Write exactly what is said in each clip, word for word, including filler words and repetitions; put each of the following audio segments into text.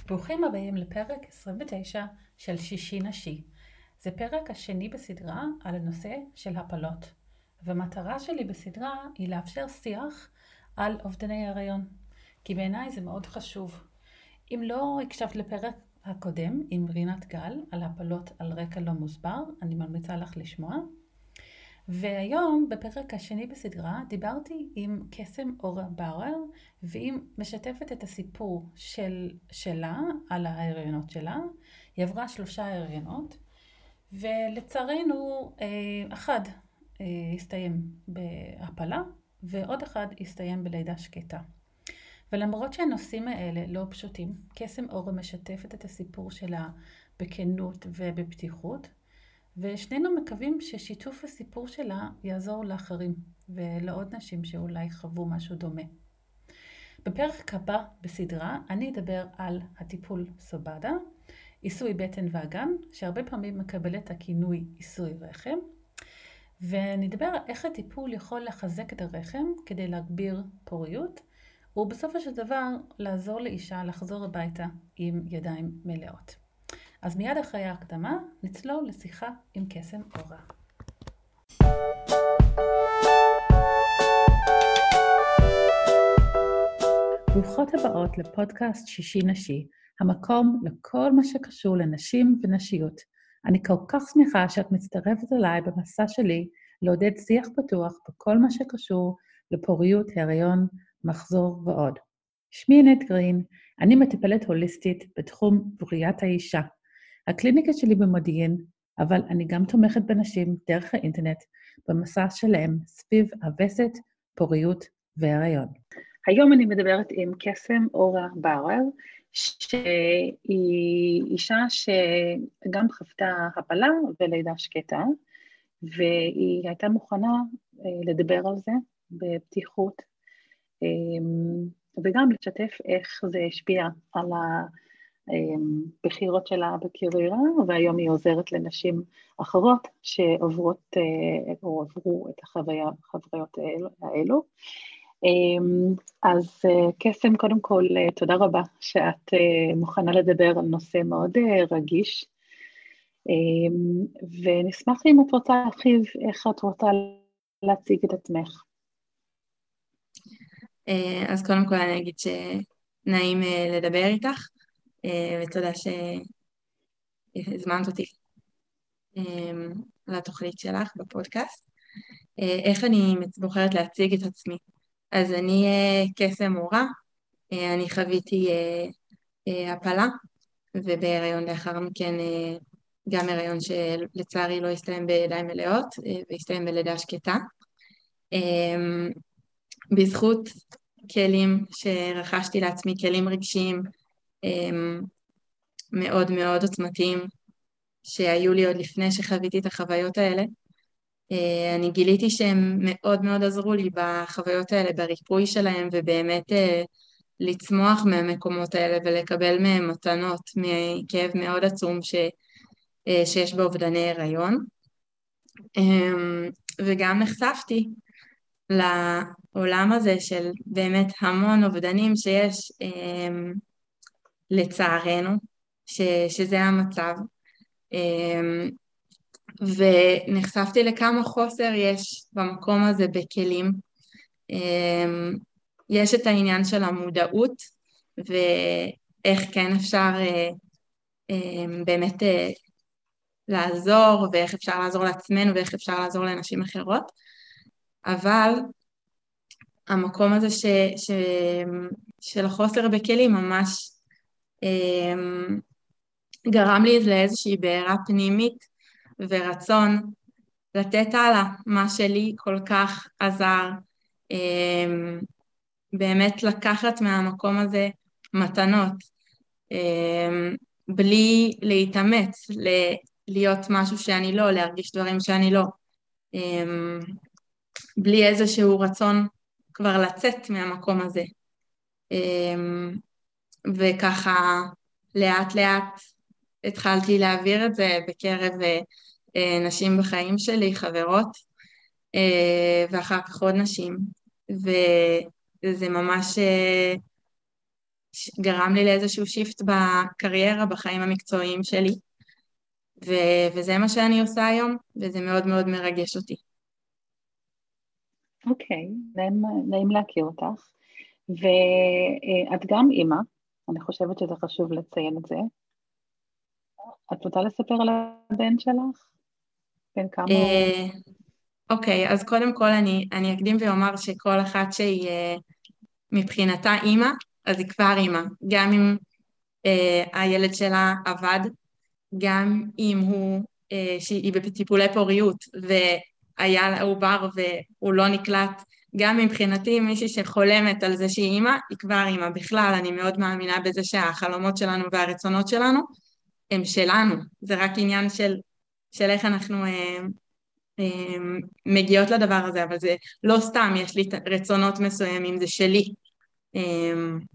ברוכים הבאים לפרק עשרים ותשע של שישי נשי. זה פרק השני בסדרה על הנושא של הפלות. והמטרה שלי בסדרה היא לאפשר שיח על אובדני הריון. כי בעיניי זה מאוד חשוב. אם לא הקשבת לפרק הקודם עם רינת גל על הפלות על רקע לא מוסבר, אני ממליצה לך לשמוע. והיום בפרק השני בסדרה דיברתי עם קסם אורה באואר, והיא משתפת את הסיפור של, שלה על ההריונות שלה. היא עברה שלושה הריונות, ולצערנו אחד הסתיים בהפלה, ועוד אחד הסתיים בלידה שקטה. ולמרות שהנושאים האלה לא פשוטים, קסם אורה משתפת את הסיפור שלה בכנות ובפתיחות, ושנינו מקווים ששיתוף הסיפור שלה יעזור לאחרים ולעוד נשים שאולי חוו משהו דומה. בפרק הבא בסדרה אני אדבר על הטיפול סובדה, עיסוי בטן ואגן, שהרבה פעמים מקבל את הכינוי עיסוי רחם, ונדבר איך הטיפול יכול לחזק את הרחם כדי להגביר פוריות, ובסופו של דבר לעזור לאישה לחזור הביתה עם ידיים מלאות. אז מיד אחרי ההקדמה נצלול לשיחה עם קסם אורה. ברוכות הבאות לפודקאסט שישי נשי, המקום לכל מה שקשור לנשים ונשיות. אני כל כך שמחה שאת מצטרפת אליי במסע שלי לעודד שיח פתוח בכל מה שקשור לפוריות, הריון, מחזור ועוד. שמי עינת גרין, אני מטפלת הוליסטית בתחום בריאת האישה. הקליניקה שלי במודיעין, אבל אני גם תומכת בנשים דרך האינטרנט במסע שלהם סביב הווסת, פוריות והריון. היום אני מדברת עם קסם אורה באואר, שהיא אישה שגם חוותה הפלה ולידה שקטה, והיא הייתה מוכנה לדבר על זה בפתיחות, וגם לשתף איך זה השפיע על הבחירות שלה בקריירה, והיום היא עוזרת לנשים אחרות שעוברות או עברו את החוויה, החוויות האלו. אז קסם, קודם כל, תודה רבה שאת מוכנה לדבר על נושא מאוד רגיש, ונשמח אם את רוצה להרחיב איך את רוצה להציג את עצמך. אז קודם כל אני אגיד שנעים לדבר איתך, ותודה שהזמנת אותי לתוכנית שלך בפודקאסט. איך אני בוחרת להציג את עצמי? אז אני קסם אורה, אני חוויתי הפלה, ובהיריון לאחר מכן גם הריון שלצערי לא הסתיים בידיים מלאות, והסתיים בלידה שקטה. בזכות כלים שרכשתי לעצמי, כלים רגשיים מאוד מאוד עוצמתיים, שהיו לי עוד לפני שחוויתי את החוויות האלה, אני גיליתי שהם מאוד מאוד עזרו לי בחוויות האלה, בריפוי שלהם, ובאמת לצמוח מהמקומות האלה ולקבל מהם מתנות, מכאב מאוד עצום ש, שיש באובדני הריון. וגם נחשפתי לעולם הזה של באמת המון אובדנים שיש לצערנו, ש, שזה המצב. ונחשפתי לכמה חוסר יש במקום הזה בכלים. יש את העניין של המודעות, ואיך כן אפשר באמת לעזור, ואיך אפשר לעזור לעצמנו, ואיך אפשר לעזור לאנשים אחרות. אבל המקום הזה ש, ש, של החוסר בכלים ממש גרם לי לאיזושהי בעירה פנימית, ורצון לתת הלאה מה שלי כל כך עזר, באמת לקחת מהמקום הזה מתנות, בלי להתאמץ, להיות משהו שאני לא, להרגיש דברים שאני לא, בלי איזשהו רצון כבר לצאת מהמקום הזה. וככה לאט לאט התחלתי להעביר את זה בקרב נשים בחיים שלי, חברות, ואחר כך עוד נשים, וזה ממש גרם לי לאיזשהו שיפט בקריירה, בחיים המקצועיים שלי, ו- וזה מה שאני עושה היום, וזה מאוד מאוד מרגש אותי. אוקיי, נעים, נעים להכיר אותך. ואת גם אימא, אני חושבת שזה חשוב לציין את זה. את רוצה לספר על הבן שלך? בן כמה הוא? אה, אוקיי, אז קודם כל אני, אני אקדים ואומר שכל אחת שהיא אה, מבחינתה אימא, אז היא כבר אימא. גם אם אה, הילד שלה עבד, גם אם הוא, אה, שהיא בטיפולי פוריות והיה לה עובר והוא לא נקלט, גם מבחינתי מישהי שחולמת על זה שהיא אימא, היא כבר אימא. בכלל, אני מאוד מאמינה בזה שהחלומות שלנו והרצונות שלנו הם שלנו. זה רק עניין של, של איך אנחנו אה, אה, מגיעות לדבר הזה, אבל זה לא סתם, יש לי רצונות מסוימים, זה שלי. אה,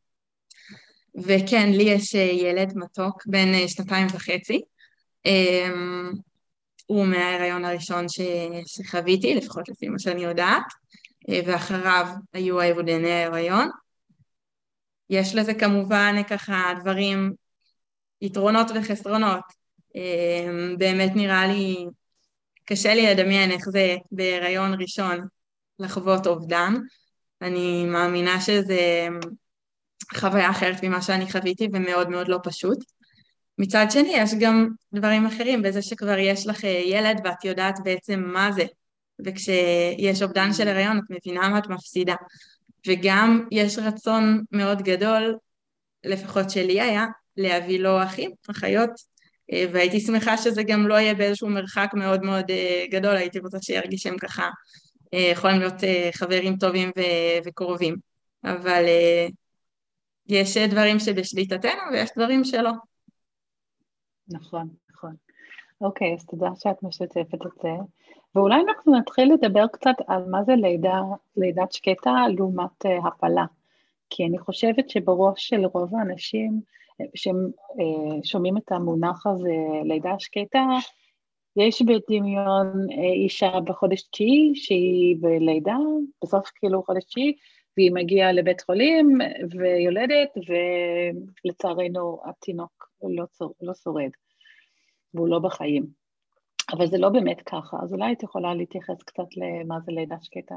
וכן, לי יש אה, ילד מתוק בן אה, שנתיים וחצי. אה, הוא מההיריון הראשון ש... שחוויתי, לפחות לפי מה שאני יודעת, אה, ואחריו היו עיבודי ההיריון. יש לזה כמובן ככה דברים, יתרונות וחסרונות. אה, באמת נראה לי, קשה לי לדמיין איך זה בהיריון ראשון לחוות אובדן. אני מאמינה שזה חוויה אחרת ממה שאני חוויתי ומאוד מאוד לא פשוט. מצד שני, יש גם דברים אחרים, בזה שכבר יש לך ילד ואת יודעת בעצם מה זה, וכשיש אובדן של הריון את מבינה מה את מפסידה, וגם יש רצון מאוד גדול, לפחות שלי היה, להביא לו אחים, אחיות, והייתי שמחה שזה גם לא יהיה באיזשהו מרחק מאוד מאוד גדול, הייתי רוצה שירגיש שהם ככה, יכולים להיות חברים טובים ו- וקרובים, אבל יש דברים שבשליטתנו ויש דברים שלא. נכון, נכון. אוקיי, אז תודה שאת משתפת את זה. ואולי אנחנו נתחיל לדבר קצת על מה זה לידה, לידת שקטה לעומת uh, הפלה. כי אני חושבת שבראש של רוב האנשים ששומעים את המונח הזה, לידה שקטה, יש בדמיון אישה בחודש תשיעי שהיא בלידה, בסוף כאילו חודש תשיעי, והיא מגיעה לבית חולים ויולדת, ולצערנו התינוק לא, לא שורד, והוא לא בחיים. אבל זה לא באמת ככה, אז אולי את יכולה להתייחס קצת למה זה לידה שקטה?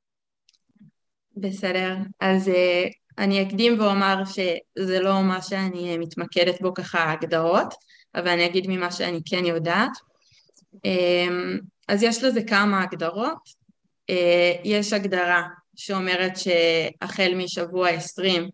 בסדר, אז אני אקדים ואומר שזה לא מה שאני מתמקדת בו ככה הגדרות, אבל אני אגיד ממה שאני כן יודעת. אז יש לזה כמה הגדרות. יש הגדרה שאומרת שהחל משבוע עשרים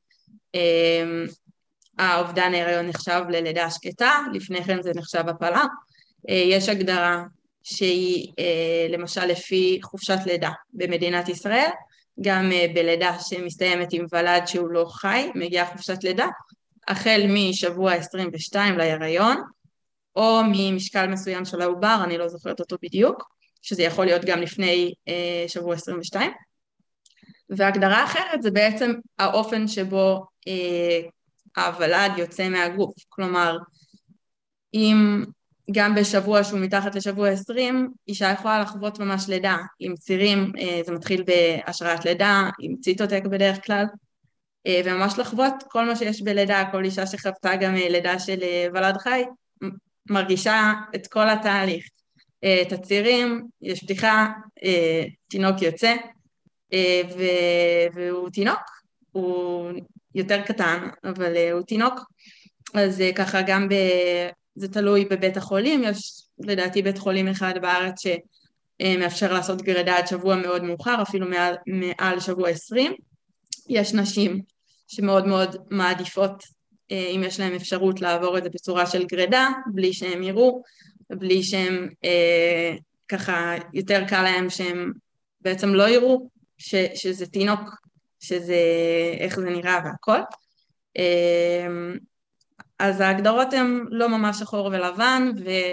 האובדן ההיריון נחשב ללידה שקטה, לפני כן זה נחשב הפלה. יש הגדרה שהיא למשל לפי חופשת לידה במדינת ישראל, גם בלידה שמסתיימת עם ולד שהוא לא חי, מגיעה חופשת לידה, החל משבוע עשרים ושתיים להיריון, או ממשקל מסוים של העובר, אני לא זוכרת אותו בדיוק, שזה יכול להיות גם לפני אה, שבוע עשרים ושתיים. והגדרה אחרת זה בעצם האופן שבו אה, הוולד יוצא מהגוף, כלומר, אם גם בשבוע שהוא מתחת לשבוע עשרים, אישה יכולה לחוות ממש לידה, עם צירים, זה מתחיל בהשראת לידה, עם ציטוטק בדרך כלל, וממש לחוות כל מה שיש בלידה, כל אישה שחוותה גם לידה של ולד חי, מרגישה את כל התהליך, את הצירים, יש פתיחה, תינוק יוצא, והוא תינוק, הוא יותר קטן, אבל הוא תינוק, אז ככה גם ב... זה תלוי בבית החולים, יש לדעתי בית חולים אחד בארץ שמאפשר לעשות גרידה עד שבוע מאוד מאוחר, אפילו מעל, מעל שבוע עשרים. יש נשים שמאוד מאוד מעדיפות, אם יש להם אפשרות לעבור את זה בצורה של גרידה, בלי שהם יראו, בלי שהם אה, ככה יותר קל להם שהם בעצם לא יראו, ש, שזה תינוק, שזה איך זה נראה והכל. אה, אז ההגדרות הן לא ממש שחור ולבן,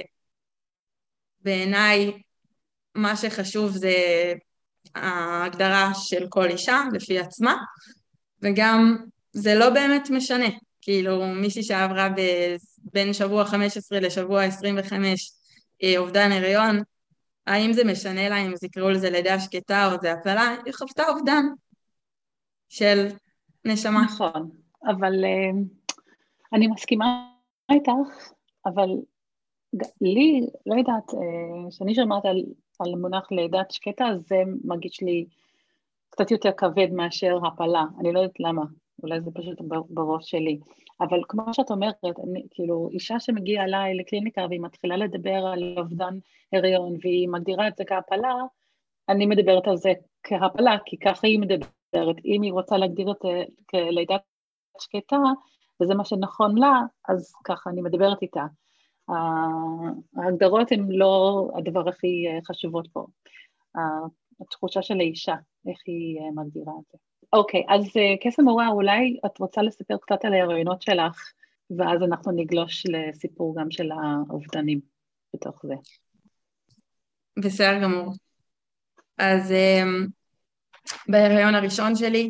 ובעיניי מה שחשוב זה ההגדרה של כל אישה לפי עצמה, וגם זה לא באמת משנה, כאילו מישהי שעברה בין שבוע חמש עשרה לשבוע עשרים וחמש אובדן הריון, האם זה משנה לה אם זה יקראו לזה לידה שקטה או זה הפלה, היא חוותה אובדן של נשמה. נכון. אבל אני מסכימה איתך, אבל לי, לא יודעת, כשאני שמעת על, על מונח לידת שקטה, זה מרגיש לי קצת יותר כבד מאשר הפלה, אני לא יודעת למה, אולי זה פשוט בראש שלי, אבל כמו שאת אומרת, אני, כאילו, אישה שמגיעה אליי לקליניקה והיא מתחילה לדבר על אובדן הריון, והיא מגדירה את זה כהפלה, אני מדברת על זה כהפלה, כי ככה היא מדברת, אם היא רוצה להגדיר את זה כלידת שקטה, וזה מה שנכון לה, אז ככה אני מדברת איתה. ההגדרות הן לא הדבר הכי חשובות פה. התחושה של האישה, איך היא מגדירה את זה. אוקיי, אז קסם אורה, אולי את רוצה לספר קצת על ההריונות שלך, ואז אנחנו נגלוש לסיפור גם של האובדנים בתוך זה. בסדר גמור. אז בהריון הראשון שלי,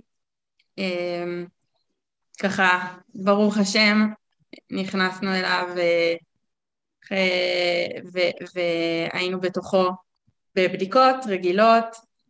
ככה, ברוך השם, נכנסנו אליו והיינו בתוכו בבדיקות רגילות.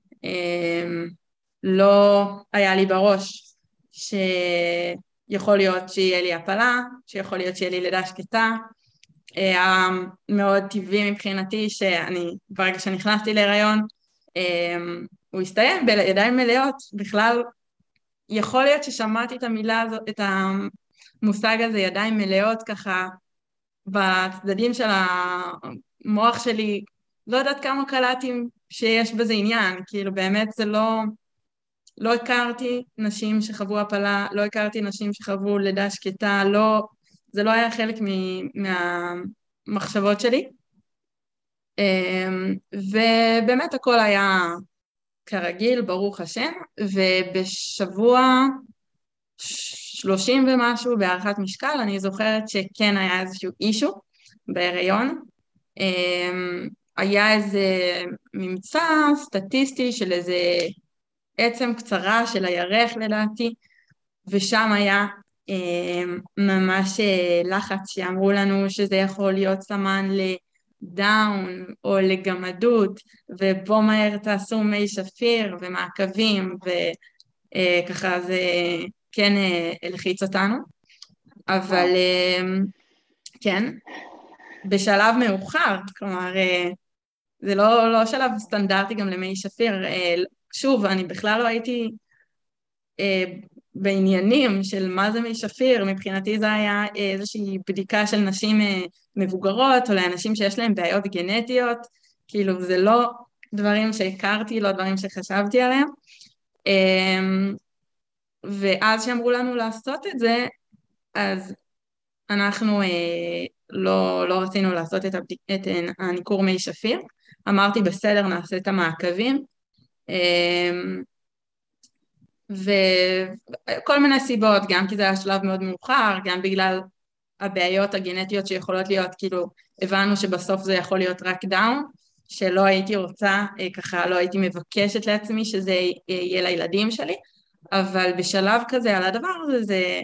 לא היה לי בראש שיכול להיות שיהיה לי הפלה, שיכול להיות שיהיה לי לידה שקטה. היה מאוד טבעי מבחינתי שאני, ברגע שנכנסתי להיריון, הוא הסתיים בידיים מלאות. בכלל יכול להיות ששמעתי את המילה הזאת, את המושג הזה, ידיים מלאות, ככה בצדדים של המוח שלי, לא יודעת כמה קלטתי שיש בזה עניין, כאילו באמת זה לא, לא הכרתי נשים שחוו הפלה, לא הכרתי נשים שחוו לידה שקטה, לא, זה לא היה חלק מהמחשבות שלי, ובאמת הכל היה כרגיל, ברוך השם, ובשבוע שלושים ומשהו בהערכת משקל, אני זוכרת שכן היה איזשהו אישו בהיריון, היה איזה ממצא סטטיסטי של איזה עצם קצרה של הירך לדעתי, ושם היה ממש לחץ שאמרו לנו שזה יכול להיות סמן לדאון או לגמדות, ובוא מהר תעשו מי שפיר ומעקבים, וככה זה כן הלחיץ אותנו, אבל כן, בשלב מאוחר, כלומר זה לא, לא שלב סטנדרטי גם למי שפיר. שוב, אני בכלל לא הייתי בעניינים של מה זה מי שפיר, מבחינתי זה היה איזושהי בדיקה של נשים מבוגרות, או לאנשים שיש להם בעיות גנטיות, כאילו זה לא דברים שהכרתי, לא דברים שחשבתי עליהם, ואז שאמרו לנו לעשות את זה, אז אנחנו לא, לא רצינו לעשות את, הבדיק, את הניכור מי שפיר, אמרתי בסדר נעשה את המעקבים, וכל מיני סיבות, גם כי זה היה שלב מאוד מאוחר, גם בגלל הבעיות הגנטיות שיכולות להיות, כאילו הבנו שבסוף זה יכול להיות רק דאון, שלא הייתי רוצה, ככה לא הייתי מבקשת לעצמי שזה יהיה לילדים שלי, אבל בשלב כזה על הדבר הזה, זה,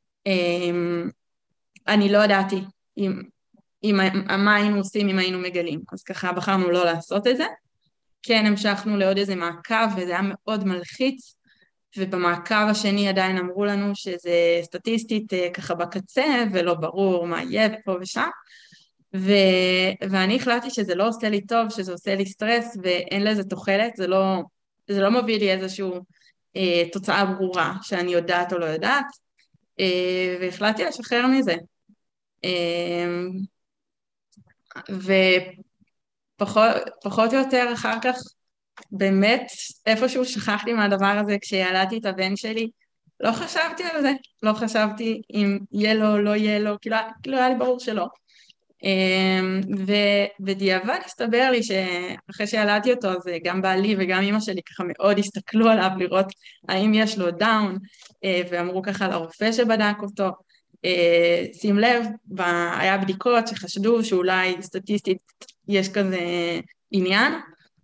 אני לא ידעתי אם, אם, מה היינו עושים אם היינו מגלים, אז ככה בחרנו לא לעשות את זה, כן המשכנו לעוד איזה מעקב וזה היה מאוד מלחיץ, ובמעקב השני עדיין אמרו לנו שזה סטטיסטית ככה בקצה ולא ברור מה יהיה ופה ושם, ו... ואני החלטתי שזה לא עושה לי טוב, שזה עושה לי סטרס ואין לזה תוחלת, זה לא, זה לא מביא לי איזושהי אה, תוצאה ברורה שאני יודעת או לא יודעת, אה, והחלטתי לשחרר מזה. אה, ופחות או יותר אחר כך, באמת איפשהו שכחתי מהדבר הזה כשילדתי את הבן שלי, לא חשבתי על זה, לא חשבתי אם יהיה לו או לא יהיה לו, כאילו, כאילו היה לי ברור שלא. ובדיעבד הסתבר לי שאחרי שילדתי אותו, אז גם בעלי וגם אמא שלי ככה מאוד הסתכלו עליו לראות האם יש לו דאון, ואמרו ככה לרופא שבדק אותו, שים לב, היה בדיקות שחשדו שאולי סטטיסטית יש כזה עניין,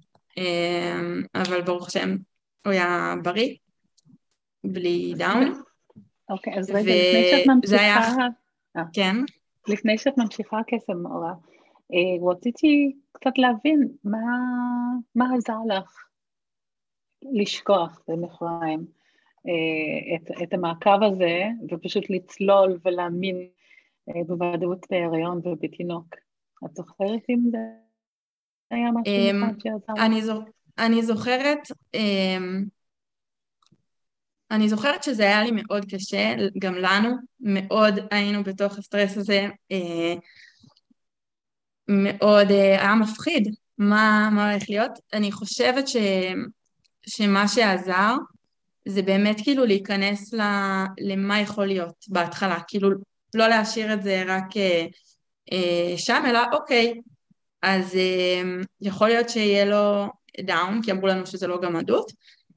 אבל ברוך השם הוא היה בריא, בלי דאון. אוקיי, אז רגע, לפני שאת ממשיכה... כן. לפני שאת ממשיכה קסם אורה, רציתי קצת להבין מה, מה עזר לך לשכוח במכריים. את, את המעקב הזה, ופשוט לצלול ולהאמין בוודאות בהיריון ובתינוק. את זוכרת אם זה היה משהו אחד שעזר? אני, זוכ... אני זוכרת, אני זוכרת שזה היה לי מאוד קשה, גם לנו, מאוד היינו בתוך הסטרס הזה, מאוד היה מפחיד מה, מה הולך להיות. אני חושבת ש... שמה שעזר זה באמת כאילו להיכנס למה יכול להיות בהתחלה, כאילו לא להשאיר את זה רק שם, אלא אוקיי, אז יכול להיות שיהיה לו דאון, כי אמרו לנו שזה לא גמדות,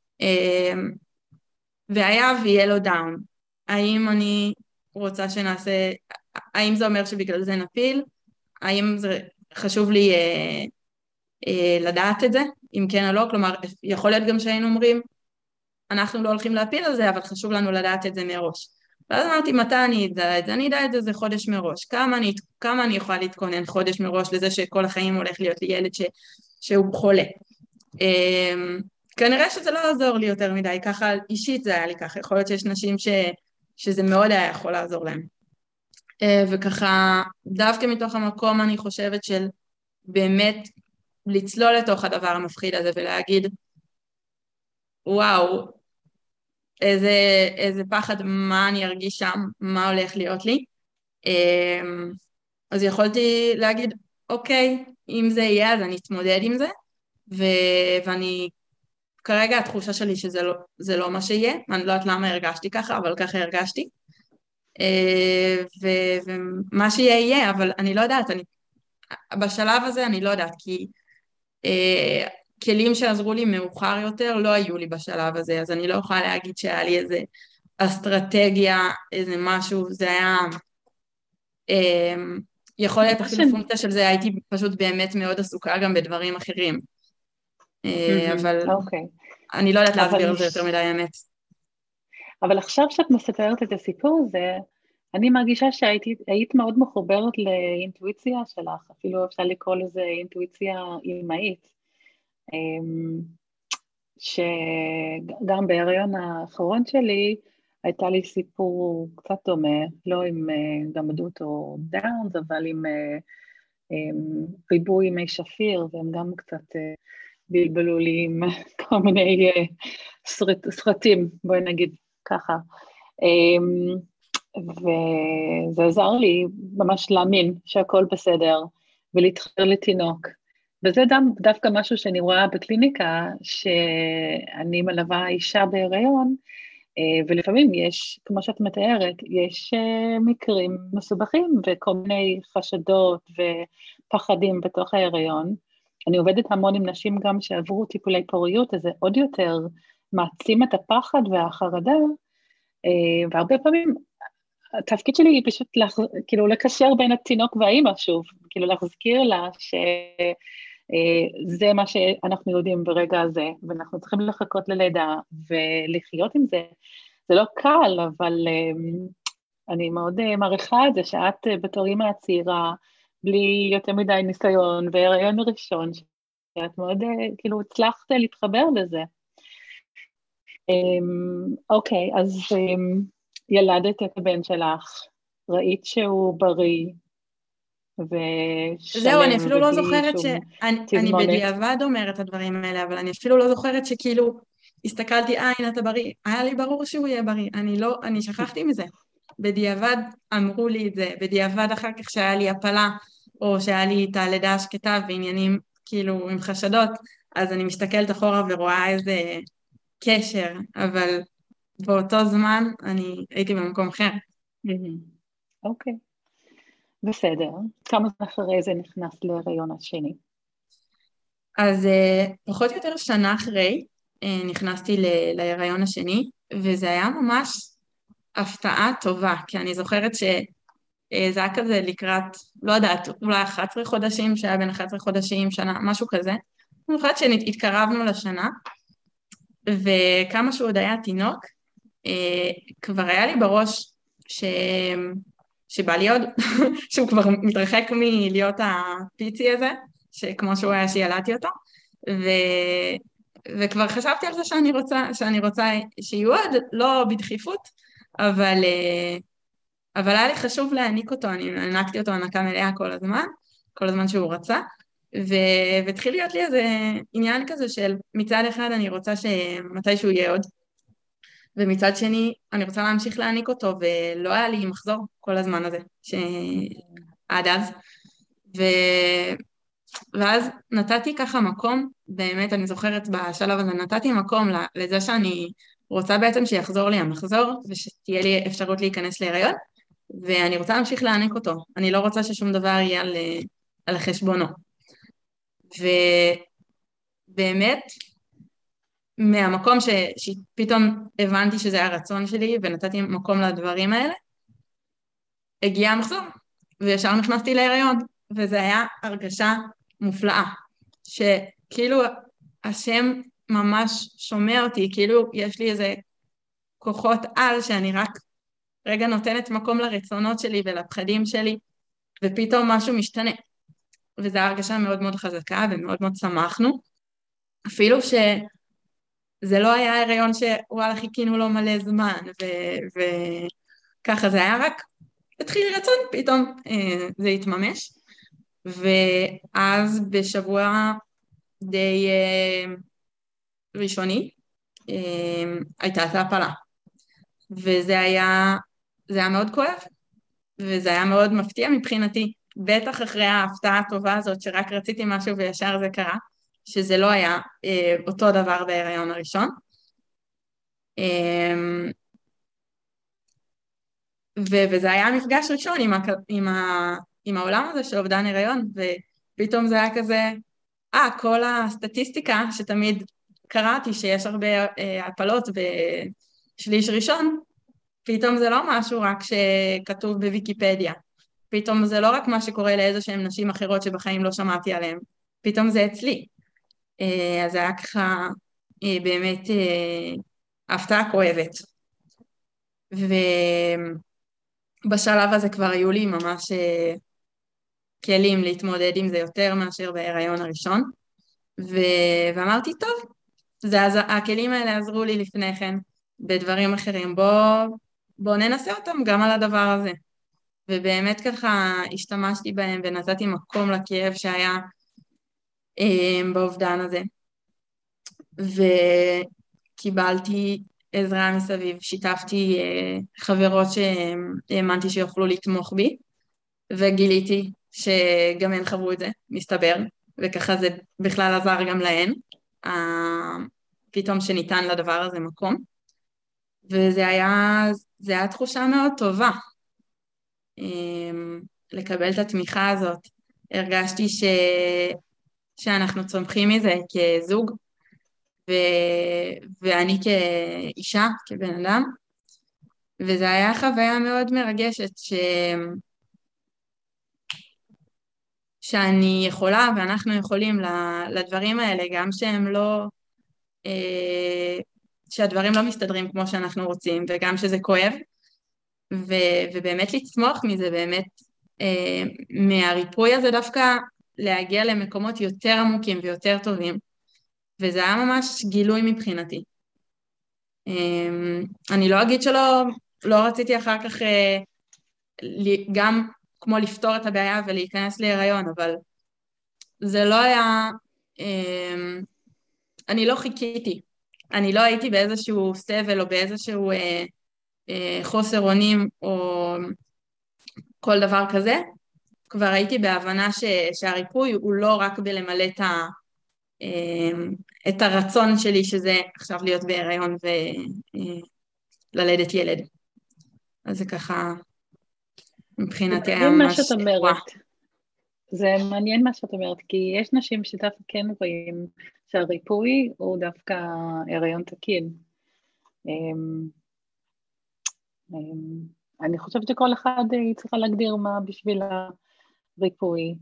והיה ויהיה לו דאון. האם אני רוצה שנעשה, האם זה אומר שבגלל זה נפיל? האם זה חשוב לי אה, אה, לדעת את זה, אם כן או לא? כלומר, יכול להיות גם שהיינו אומרים, אנחנו לא הולכים להפיל על זה, אבל חשוב לנו לדעת את זה מראש. ואז אמרתי, מתי אני אדע את זה? אני אדע את זה, זה חודש מראש. כמה אני, כמה אני יכולה להתכונן חודש מראש לזה שכל החיים הולך להיות לי ילד ש, שהוא חולה. אה, כנראה שזה לא יעזור לי יותר מדי, ככה אישית זה היה לי ככה. יכול להיות שיש נשים ש, שזה מאוד היה יכול לעזור להם. וככה דווקא מתוך המקום אני חושבת של באמת לצלול לתוך הדבר המפחיד הזה ולהגיד וואו, איזה, איזה פחד, מה אני ארגיש שם, מה הולך להיות לי. אז יכולתי להגיד אוקיי, אם זה יהיה אז אני אתמודד עם זה, ו- ואני כרגע התחושה שלי שזה לא, זה לא מה שיהיה, אני לא יודעת למה הרגשתי ככה, אבל ככה הרגשתי. ו- ומה שיהיה יהיה, אבל אני לא יודעת, אני, בשלב הזה אני לא יודעת, כי אה, כלים שעזרו לי מאוחר יותר לא היו לי בשלב הזה, אז אני לא יכולה להגיד שהיה לי איזה אסטרטגיה, איזה משהו, זה היה, אה, יכול להיות אפילו פונקציה של זה, הייתי פשוט באמת מאוד עסוקה גם בדברים אחרים, אה, אבל אני לא יודעת להסביר על זה יותר מדי האמת. אבל עכשיו שאת מספרת את הסיפור הזה, אני מרגישה שהיית מאוד מחוברת לאינטואיציה שלך, אפילו אפשר לקרוא לזה אינטואיציה אימהית, שגם בהיריון האחרון שלי, הייתה לי סיפור קצת דומה, לא עם גמדות או דאונס, אבל עם ריבוי מי שפיר, והם גם קצת בלבלו לי עם כל מיני סרטים, בואי נגיד ככה. וזה עזר לי ממש להאמין שהכל בסדר, ולהתחבר לתינוק. וזה דווקא משהו שאני רואה בקליניקה, שאני מלווה אישה בהיריון, ולפעמים יש, כמו שאת מתארת, יש מקרים מסובכים, וכל מיני חשדות ופחדים בתוך ההיריון. אני עובדת המון עם נשים גם שעברו טיפולי פוריות, אז זה עוד יותר מעצים את הפחד והחרדה, והרבה פעמים, התפקיד שלי היא פשוט לח... כאילו לקשר בין התינוק והאימא שוב, כאילו להזכיר לה שזה מה שאנחנו יודעים ברגע הזה, ואנחנו צריכים לחכות ללידה ולחיות עם זה. זה לא קל, אבל אני מאוד מעריכה את זה שאת בתור אימא הצעירה, בלי יותר מדי ניסיון והיריון ראשון, שאת מאוד כאילו הצלחת להתחבר לזה. אוקיי, אז ילדת את הבן שלך, ראית שהוא בריא ושלם. זהו, אני אפילו לא זוכרת ש... אני, אני תזמונת. בדיעבד אומרת את הדברים האלה, אבל אני אפילו לא זוכרת שכאילו הסתכלתי, אה, הנה אתה בריא, היה לי ברור שהוא יהיה בריא, אני לא, אני שכחתי מזה. בדיעבד אמרו לי את זה, בדיעבד אחר כך שהיה לי הפלה, או שהיה לי את הלידה השקטה ועניינים כאילו עם חשדות, אז אני מסתכלת אחורה ורואה איזה קשר, אבל באותו זמן אני הייתי במקום אחר. אוקיי, בסדר. כמה זמן אחרי זה נכנס להיריון השני? אז פחות או יותר שנה אחרי נכנסתי להיריון השני, וזה היה ממש הפתעה טובה, כי אני זוכרת שזה היה כזה לקראת, לא יודעת, אולי אחת עשרה חודשים, שהיה בין אחת עשרה חודשים, שנה, משהו כזה. אני זוכרת שהתקרבנו לשנה, וכמה שהוא עוד היה תינוק, כבר היה לי בראש ש... שבא לי עוד, שהוא כבר מתרחק מלהיות הפיצי הזה, שכמו שהוא היה שילדתי אותו, ו... וכבר חשבתי על זה שאני רוצה, שאני רוצה שיהיו עוד, לא בדחיפות, אבל, אה, אבל היה לי חשוב להעניק אותו, אני הענקתי אותו הנקה מלאה כל הזמן, כל הזמן שהוא רצה, ו- והתחיל להיות לי איזה עניין כזה של מצד אחד אני רוצה שמתישהו יהיה עוד, ומצד שני אני רוצה להמשיך להעניק אותו, ולא היה לי מחזור כל הזמן הזה, שעד אז, ו... ואז נתתי ככה מקום, באמת אני זוכרת בשלב הזה, נתתי מקום לזה שאני רוצה בעצם שיחזור לי המחזור, ושתהיה לי אפשרות להיכנס להיריון, ואני רוצה להמשיך להעניק אותו, אני לא רוצה ששום דבר יהיה על, על חשבונו. ובאמת, מהמקום ש, שפתאום הבנתי שזה הרצון שלי, ונתתי מקום לדברים האלה, הגיע המחזור, וישר נכנסתי להיריון, וזה היה הרגשה מופלאה, שכאילו השם ממש שומע אותי, כאילו יש לי איזה כוחות על שאני רק רגע נותנת מקום לרצונות שלי ולפחדים שלי, ופתאום משהו משתנה. וזו הרגשה מאוד מאוד חזקה ומאוד מאוד שמחנו, אפילו שזה לא היה הריון שוואלה חיכינו לו מלא זמן, וככה זה היה רק, התחיל רצון, פתאום אה, זה התממש. ואז בשבוע די אה, ראשוני אה, הייתה את ההפלה, וזה היה, זה היה מאוד כואב, וזה היה מאוד מפתיע מבחינתי, בטח אחרי ההפתעה הטובה הזאת שרק רציתי משהו וישר זה קרה, שזה לא היה אה, אותו דבר בהיריון הראשון. אה, ו- וזה היה מפגש ראשון עם, ה- עם, ה- עם העולם הזה של אובדן הריון, ופתאום זה היה כזה, אה, כל הסטטיסטיקה שתמיד קראתי שיש הרבה אה, הפלות בשליש ראשון, פתאום זה לא משהו רק שכתוב בוויקיפדיה, פתאום זה לא רק מה שקורה לאיזה שהן נשים אחרות שבחיים לא שמעתי עליהן, פתאום זה אצלי. אה, אז זה היה ככה אה, באמת אה, הפתעה כואבת. ובשלב הזה כבר היו לי ממש אה, כלים להתמודד עם זה יותר מאשר בהיריון הראשון, ו... ואמרתי, טוב, זה, אז הכלים האלה עזרו לי לפני כן בדברים אחרים, בוא, בוא ננסה אותם גם על הדבר הזה. ובאמת ככה השתמשתי בהם ונתתי מקום לכאב שהיה אה, באובדן הזה. וקיבלתי עזרה מסביב, שיתפתי אה, חברות שהאמנתי שיוכלו לתמוך בי, וגיליתי שגם הן חוו את זה, מסתבר, וככה זה בכלל עזר גם להן, אה, פתאום שניתן לדבר הזה מקום, וזה היה, זה היה תחושה מאוד טובה, אה, לקבל את התמיכה הזאת. הרגשתי ש... שאנחנו צומחים מזה כזוג, ו... ואני כאישה, כבן אדם, וזה היה חוויה מאוד מרגשת ש... שאני יכולה ואנחנו יכולים לדברים האלה, גם שהם לא, אה, שהדברים לא מסתדרים כמו שאנחנו רוצים, וגם שזה כואב, ו... ובאמת לצמוח מזה, באמת אה, מהריפוי הזה דווקא להגיע למקומות יותר עמוקים ויותר טובים, וזה היה ממש גילוי מבחינתי. אני לא אגיד שלא לא רציתי אחר כך גם כמו לפתור את הבעיה ולהיכנס להיריון, אבל זה לא היה, אני לא חיכיתי, אני לא הייתי באיזשהו סבל או באיזשהו חוסר אונים או כל דבר כזה, כבר הייתי בהבנה ש, שהריפוי הוא לא רק בלמלא את ה... את הרצון שלי שזה עכשיו להיות בהיריון וללדת ילד. אז זה ככה מבחינתי היה ממש... מה שאת אומרת. זה מעניין מה שאת אומרת, כי יש נשים שדווקא כן רואים שהריפוי הוא דווקא הריון תקין. אני חושבת שכל אחד צריכה להגדיר מה בשביל הריפוי.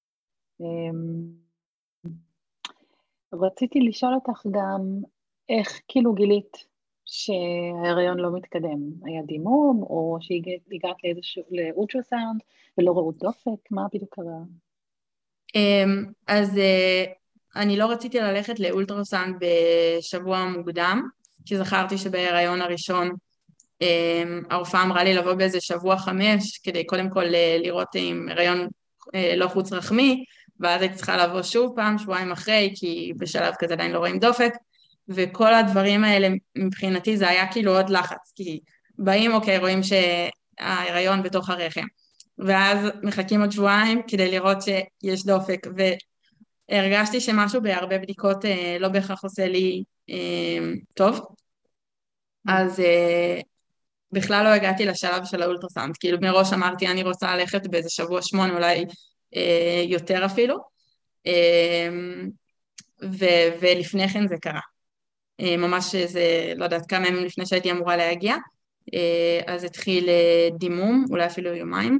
רציתי לשאול אותך גם איך כאילו גילית שההיריון לא מתקדם, היה דימום או שהגעת לאיזשהו לאולטרסאונד ולא ראו דופק, מה בדיוק קרה? אז אני לא רציתי ללכת לאולטרסאונד בשבוע מוקדם, כי זכרתי שבהיריון הראשון הרופאה אמרה לי לבוא באיזה שבוע חמש, כדי קודם כל לראות אם הריון לא חוץ רחמי, ואז הייתי צריכה לבוא שוב פעם, שבועיים אחרי, כי בשלב כזה עדיין לא רואים דופק, וכל הדברים האלה מבחינתי זה היה כאילו עוד לחץ, כי באים אוקיי, רואים שההיריון בתוך הרחם, ואז מחכים עוד שבועיים כדי לראות שיש דופק, והרגשתי שמשהו בהרבה בדיקות לא בהכרח עושה לי טוב, אז בכלל לא הגעתי לשלב של האולטרסאונד, כאילו מראש אמרתי אני רוצה ללכת באיזה שבוע שמונה, אולי אה, יותר אפילו, אה, ו- ולפני כן זה קרה, אה, ממש זה, לא יודעת כמה ימים לפני שהייתי אמורה להגיע, אה, אז התחיל אה, דימום, אולי אפילו יומיים,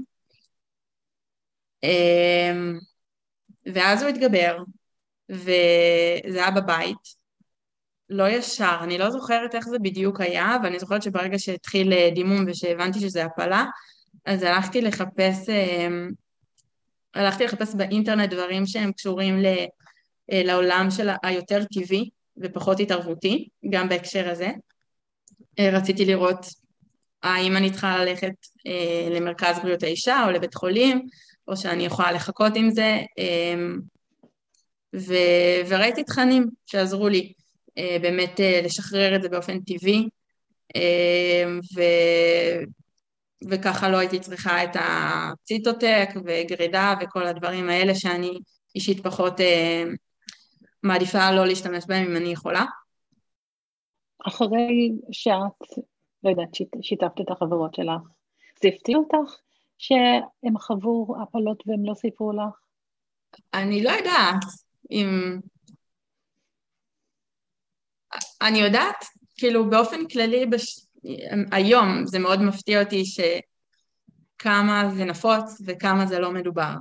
אה, ואז הוא התגבר, וזה היה בבית, לא ישר, אני לא זוכרת איך זה בדיוק היה, אבל אני זוכרת שברגע שהתחיל דימום ושהבנתי שזה הפלה, אז הלכתי לחפש, הלכתי לחפש באינטרנט דברים שהם קשורים לעולם של היותר טבעי ופחות התערבותי, גם בהקשר הזה. רציתי לראות האם אני צריכה ללכת למרכז בריאות האישה או לבית חולים, או שאני יכולה לחכות עם זה, ו- וראיתי תכנים שעזרו לי. באמת לשחרר את זה באופן טבעי, ו- וככה לא הייתי צריכה את הציטוטק וגרידה וכל הדברים האלה שאני אישית פחות מעדיפה לא להשתמש בהם אם אני יכולה. אחרי שאת, לא יודעת, שיט, שיתפת את החברות שלך, זה הפתיע אותך שהם חוו הפלות והם לא סיפרו לך? אני לא יודעת אם... אני יודעת, כאילו באופן כללי בש... היום זה מאוד מפתיע אותי שכמה זה נפוץ וכמה זה לא מדובר.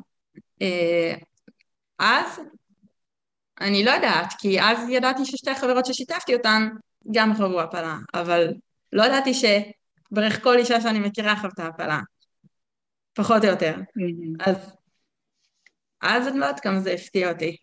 אז אני לא יודעת, כי אז ידעתי ששתי חברות ששיתפתי אותן גם חוו הפלה, אבל לא ידעתי שברך כל אישה שאני מכירה חוותה הפלה, פחות או יותר. Mm-hmm. אז, אז אני לא יודעת כמה זה הפתיע אותי.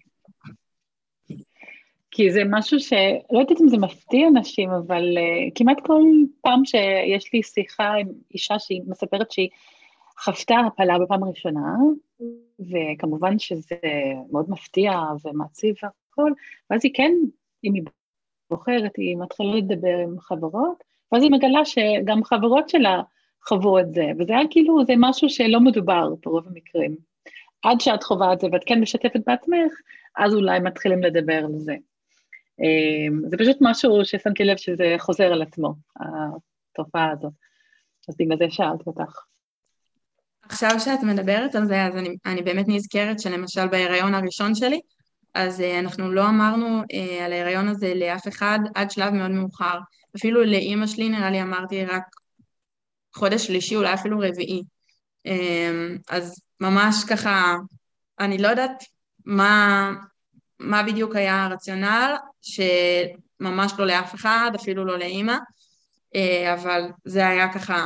כי זה משהו ש... לא יודעת אם זה מפתיע נשים, אבל uh, כמעט כל פעם שיש לי שיחה עם אישה שהיא מספרת שהיא חוותה הפלה בפעם הראשונה, וכמובן שזה מאוד מפתיע ומעציב והכל, ואז היא כן, אם היא בוחרת, היא מתחילה לדבר עם חברות, ואז היא מגלה שגם חברות שלה חוו את זה, וזה היה כאילו, זה משהו שלא מדובר ברוב המקרים. עד שאת חווה את זה ואת כן משתפת בעצמך, אז אולי מתחילים לדבר על זה. זה פשוט משהו ששמתי לב שזה חוזר על עצמו, התופעה הזאת. אז בגלל זה שאלת אותך. עכשיו שאת מדברת על זה, אז אני, אני באמת נזכרת שלמשל בהיריון הראשון שלי, אז uh, אנחנו לא אמרנו uh, על ההיריון הזה לאף אחד עד שלב מאוד מאוחר. אפילו לאמא שלי נראה לי אמרתי רק חודש שלישי, אולי אפילו רביעי. Um, אז ממש ככה, אני לא יודעת מה, מה בדיוק היה הרציונל, שממש לא לאף אחד, אפילו לא לאמא, uh, אבל זה היה ככה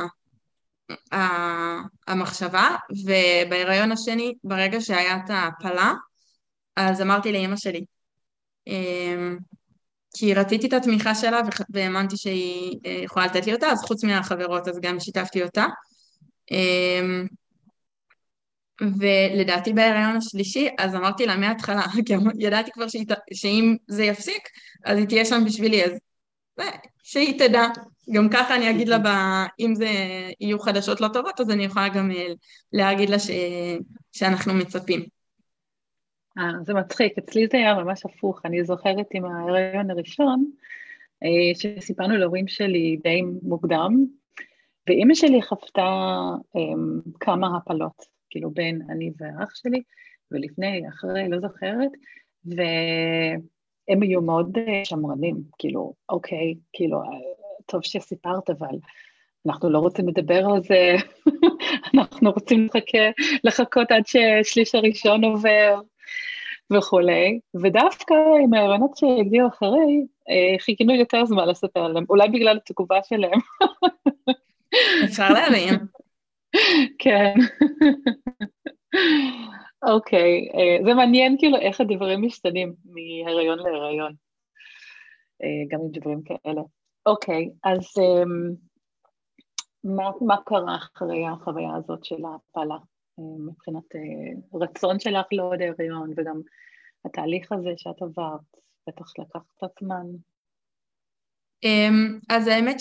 המחשבה, ובהיריון השני, ברגע שהיה את ההפלה, אז אמרתי לאמא שלי, כי רציתי את התמיכה שלה והאמנתי שהיא יכולה לתת לי אותה, אז חוץ מהחברות אז גם שיתפתי אותה, ולדעתי בהיריון השלישי, אז אמרתי לה מההתחלה, כי ידעתי כבר שאם זה יפסיק, אז היא תהיה שם בשבילי, אז שהיא תדע. גם ככה אני אגיד לה, אם זה יהיו חדשות לא טובות, אז אני יכולה גם להגיד לה ש... שאנחנו מצפים. אה, זה מצחיק, אצלי זה היה ממש הפוך, אני זוכרת עם ההיריון הראשון, שסיפרנו להורים שלי די מוקדם, ואמא שלי חוותה כמה הפלות, כאילו בין אני ואח שלי, ולפני, אחרי, לא זוכרת, והם היו מאוד שמרנים, כאילו, אוקיי, כאילו, טוב שסיפרת, אבל אנחנו לא רוצים לדבר על זה, אנחנו רוצים לחכה, לחכות עד ששליש הראשון עובר, וכולי, ודווקא עם ההיריונות שהגיעו אחרי, חיכינו יותר זמן לספר עליהם, אולי בגלל התגובה שלהם. אפשר להבין. כן. אוקיי, אה, זה מעניין כאילו איך הדברים משתנים מהיריון להיריון, אה, גם עם דברים כאלה. אוקיי, אז אמ, מה, מה קרה אחרי החוויה הזאת של ההפלה, אה, מבחינת אה, רצון שלך לעוד הריון, וגם התהליך הזה שאת עברת, בטח לקח קצת זמן. אמ, אז האמת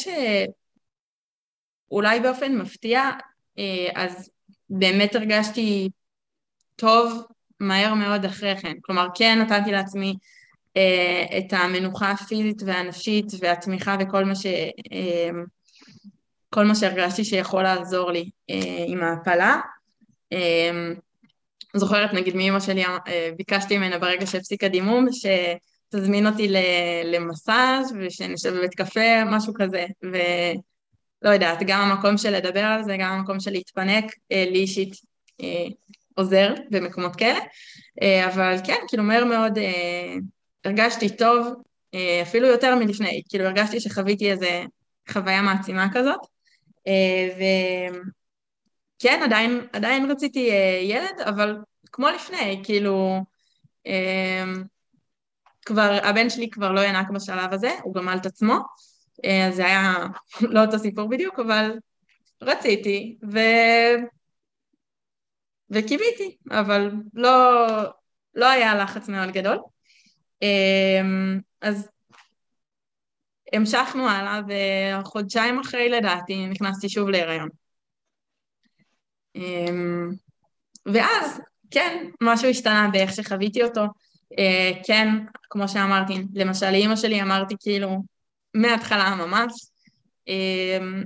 שאולי באופן מפתיע, אה, אז באמת הרגשתי טוב מהר מאוד אחרי כן. כלומר, כן נתתי לעצמי אה, את המנוחה הפיזית והנפשית והתמיכה וכל מה ש... אה, כל מה שהרגשתי שיכול לעזור לי אה, עם ההפלה. אה, זוכרת, נגיד מאמא שלי, אה, ביקשתי ממנה ברגע שהפסיק הדימום, שתזמין אותי ל- למסאז' ושנשב בבית קפה, משהו כזה. ולא יודעת, גם המקום של לדבר על זה, גם המקום של להתפנק, אה, לי אישית אה, עוזר במקומות כאלה. אה, אבל כן, כאילו מהר מאוד אה, הרגשתי טוב, אה, אפילו יותר מלפני, כאילו הרגשתי שחוויתי איזה חוויה מעצימה כזאת. אה, וכן, עדיין, עדיין רציתי אה, ילד, אבל כמו לפני, כאילו, אה, כבר, הבן שלי כבר לא ינק בשלב הזה, הוא גמל את עצמו, אה, אז זה היה לא אותו סיפור בדיוק, אבל רציתי, ו... וקיוויתי, אבל לא, לא היה לחץ מאוד גדול. אה, אז המשכנו הלאה, וחודשיים אחרי לדעתי נכנסתי שוב להיריון. אמ, ואז, כן, משהו השתנה באיך שחוויתי אותו. אה, כן, כמו שאמרתי, למשל לאמא שלי אמרתי כאילו מההתחלה ממש, אמ,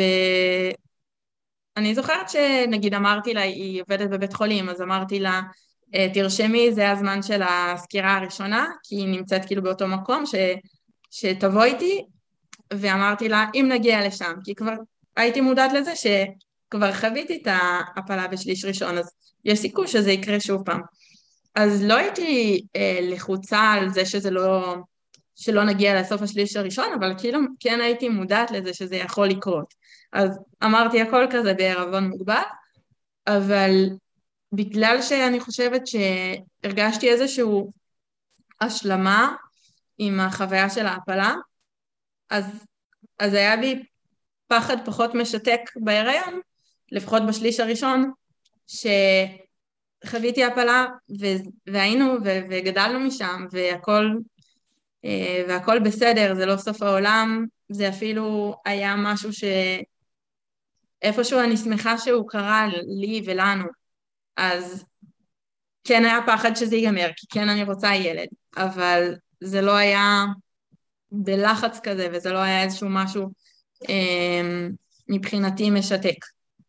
ואני זוכרת שנגיד אמרתי לה, היא עובדת בבית חולים, אז אמרתי לה, "אה, תרשמי, זה הזמן של הסקירה הראשונה, כי היא נמצאת כאילו באותו מקום, ש, שתבוא איתי", ואמרתי לה, אם נגיע לשם, כי כבר הייתי מודעת לזה שכבר חוויתי את ההפלה בשליש ראשון, אז יש סיכוי שזה יקרה שוב פעם. אז לא הייתי אה, לחוצה על זה שזה לא, שלא נגיע לסוף השליש הראשון, אבל כאילו כן הייתי מודעת לזה שזה יכול לקרות. אז אמרתי הכל כזה בערבון מוגבל, אבל בגלל שאני חושבת שהרגשתי איזשהו השלמה עם החוויה של ההפלה, אז, אז היה בי פחד פחות משתק בהיריון, לפחות בשליש הראשון, שחוויתי הפלה ו- והיינו ו- וגדלנו משם והכל, אה, והכל בסדר, זה לא סוף העולם, זה אפילו היה משהו שאיפשהו אני שמחה שהוא קרה לי ולנו, אז כן היה פחד שזה ייגמר, כי כן אני רוצה ילד, אבל זה לא היה בלחץ כזה, וזה לא היה איזשהו משהו אה, מבחינתי משתק.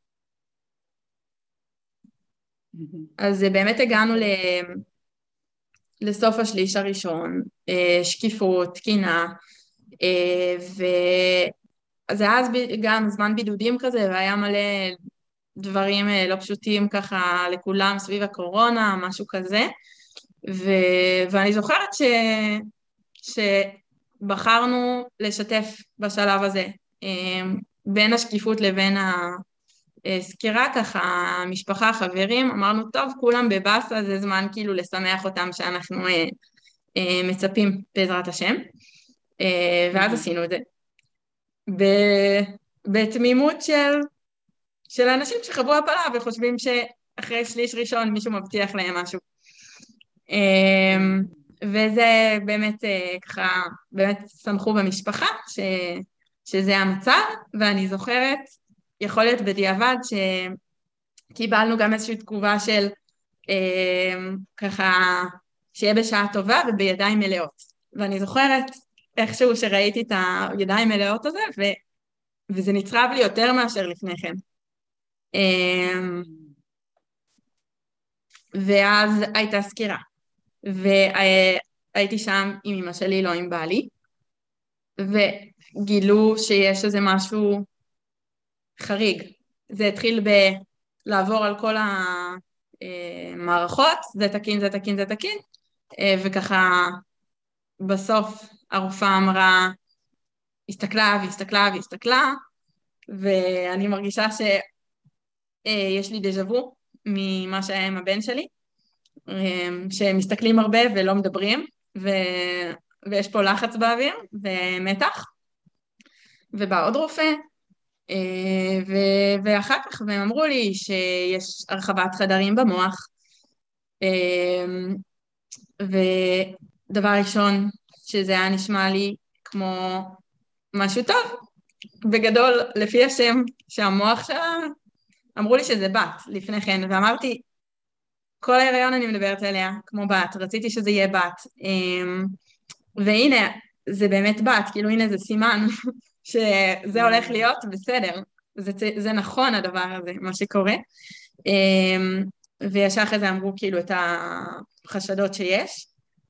אז באמת הגענו ל... לסוף השליש הראשון, אה, שקיפות, תקינה, אה, וזה היה אז ב- גם זמן בידודים כזה, והיה מלא דברים אה, לא פשוטים ככה לכולם סביב הקורונה, משהו כזה, ו... ואני זוכרת ש... שבחרנו לשתף בשלב הזה, אה, בין השקיפות לבין ה... סקירה ככה, משפחה, חברים, אמרנו, טוב, כולם בבאסה, זה זמן כאילו לשמח אותם שאנחנו אה, אה, מצפים בעזרת השם, אה, ואז עשינו את זה. ב- בתמימות של, של אנשים שחוו הפלה וחושבים שאחרי שליש ראשון מישהו מבטיח להם משהו. אה, וזה באמת אה, ככה, באמת שמחו במשפחה ש, שזה המצב, ואני זוכרת, יכול להיות בדיעבד ש... קיבלנו גם איזושהי תגובה של אה, ככה, שיהיה בשעה טובה ובידיים מלאות. ואני זוכרת איכשהו שראיתי את הידיים מלאות הזה, ו, וזה נצרב לי יותר מאשר לפני כן. אה, ואז הייתה סקירה, והייתי שם עם אמא שלי, לא עם בעלי, וגילו שיש איזה משהו חריג. זה התחיל ב... לעבור על כל המערכות, זה תקין, זה תקין, זה תקין, וככה בסוף הרופאה אמרה, הסתכלה והסתכלה והסתכלה, ואני מרגישה שיש לי דז'ה וו, ממה שהיה עם הבן שלי, שמסתכלים הרבה ולא מדברים, ו... ויש פה לחץ באוויר ומתח, ובא עוד רופא, ו... ואחר כך הם אמרו לי שיש הרחבת חדרים במוח, ודבר ראשון שזה היה נשמע לי כמו משהו טוב, בגדול לפי השם שהמוח שלה, אמרו לי שזה בת לפני כן, ואמרתי, כל ההיריון אני מדברת עליה כמו בת, רציתי שזה יהיה בת, והנה זה באמת בת, כאילו הנה זה סימן שזה הולך להיות בסדר, זה, זה נכון הדבר הזה, מה שקורה, וישר אחרי זה אמרו כאילו את החשדות שיש,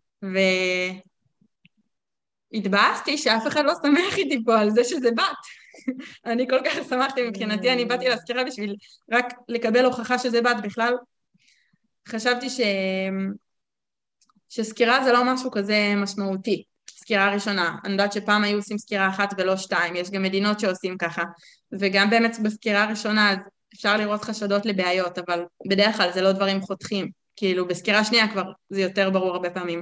והתבאסתי שאף אחד לא שמח איתי פה על זה שזה בת, אני כל כך שמחתי מבחינתי, אני באתי להזכירה בשביל רק לקבל הוכחה שזה בת, בכלל חשבתי ש... שסקירה זה לא משהו כזה משמעותי, סקירה ראשונה, אני יודעת שפעם היו עושים סקירה אחת ולא שתיים, יש גם מדינות שעושים ככה, וגם באמת בסקירה ראשונה אפשר לראות חשדות לבעיות, אבל בדרך כלל זה לא דברים חותכים, כאילו בסקירה שנייה כבר זה יותר ברור הרבה פעמים.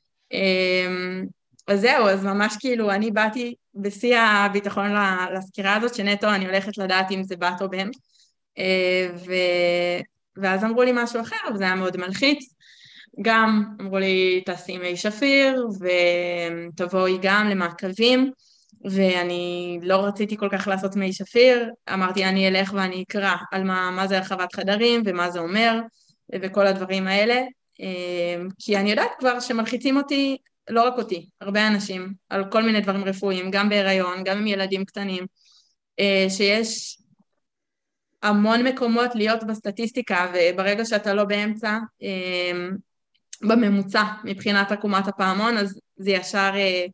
אז זהו, אז ממש כאילו אני באתי בשיא הביטחון לסקירה הזאת, שנטו אני הולכת לדעת אם זה בת או בן, ו... ואז אמרו לי משהו אחר, וזה היה מאוד מלחיץ, גם אמרו לי תעשי מי שפיר, ותבואי גם למעקבים, ואני לא רציתי כל כך לעשות מי שפיר, אמרתי אני אלך ואני אקרא על מה, מה זה הרחבת חדרים, ומה זה אומר, וכל הדברים האלה, כי אני יודעת כבר שמלחיצים אותי, לא רק אותי, הרבה אנשים, על כל מיני דברים רפואיים, גם בהיריון, גם עם ילדים קטנים, שיש המון מקומות להיות בסטטיסטיקה, וברגע שאתה לא באמצע, בממוצע, מבחינת עקומת הפעמון, אז זה ישר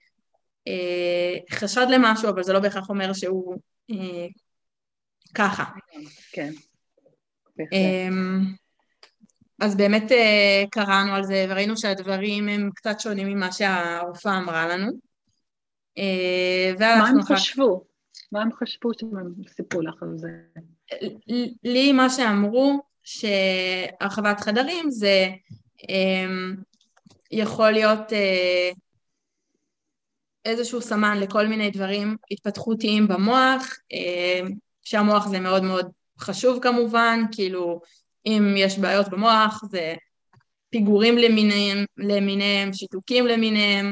חשד למשהו, אבל זה לא בהכרח אומר שהוא ככה. כן. אז באמת קראנו על זה, וראינו שהדברים הם קצת שונים ממה שהרופאה אמרה לנו. מה הם חשבו? מה הם חשבו שהם סיפרו לך על זה? לי מה שאמרו, שהרחבת חדרים זה יכול להיות איזשהו סמן לכל מיני דברים התפתחותיים במוח, שהמוח זה מאוד מאוד חשוב כמובן, כאילו אם יש בעיות במוח זה פיגורים למיניהם, למיניהם שיתוקים למיניהם,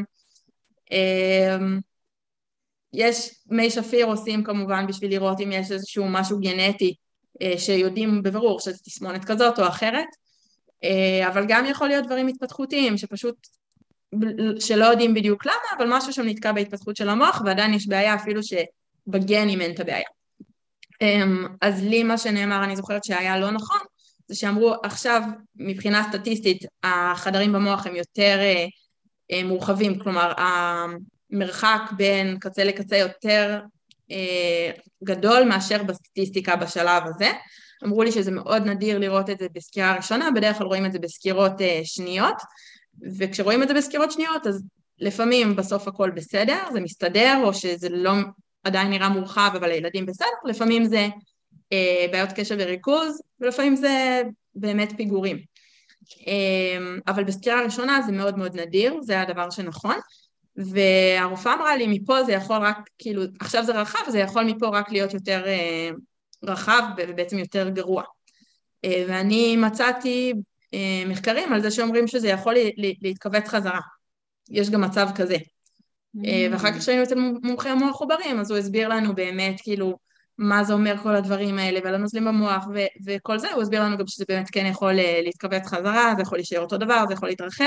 יש מי שפיר עושים כמובן בשביל לראות אם יש איזשהו משהו גנטי שיודעים בברור שזה תסמונת כזאת או אחרת, אבל גם יכול להיות דברים התפתחותיים שפשוט שלא יודעים בדיוק למה, אבל משהו שם נתקע בהתפתחות של המוח ועדיין יש בעיה אפילו שבגנים אין את הבעיה. אז לי מה שנאמר, אני זוכרת שהיה לא נכון, זה שאמרו עכשיו מבחינה סטטיסטית החדרים במוח הם יותר מורחבים, כלומר המרחק בין קצה לקצה יותר גדול מאשר בסטטיסטיקה בשלב הזה. אמרו לי שזה מאוד נדיר לראות את זה בסקירה ראשונה, בדרך כלל רואים את זה בסקירות שניות, וכשרואים את זה בסקירות שניות אז לפעמים בסוף הכל בסדר, זה מסתדר, או שזה לא עדיין נראה מורחב אבל הילדים בסדר, לפעמים זה אה, בעיות קשב וריכוז, ולפעמים זה באמת פיגורים. אה, אבל בסקירה הראשונה זה מאוד מאוד נדיר, זה הדבר שנכון, והרופאה אמרה לי מפה זה יכול רק, כאילו עכשיו זה רחב, זה יכול מפה רק להיות יותר אה, רחב ובעצם יותר גרוע. אה, ואני מצאתי אה, מחקרים על זה שאומרים שזה יכול להתכווץ חזרה, יש גם מצב כזה. ואחר כך שהיינו אצל מומחי המוח עוברים, אז הוא הסביר לנו באמת כאילו מה זה אומר כל הדברים האלה, ועל הנוזלים במוח ו- וכל זה, הוא הסביר לנו גם שזה באמת כן יכול להתכווץ חזרה, זה יכול להישאר אותו דבר, זה יכול להתרחב.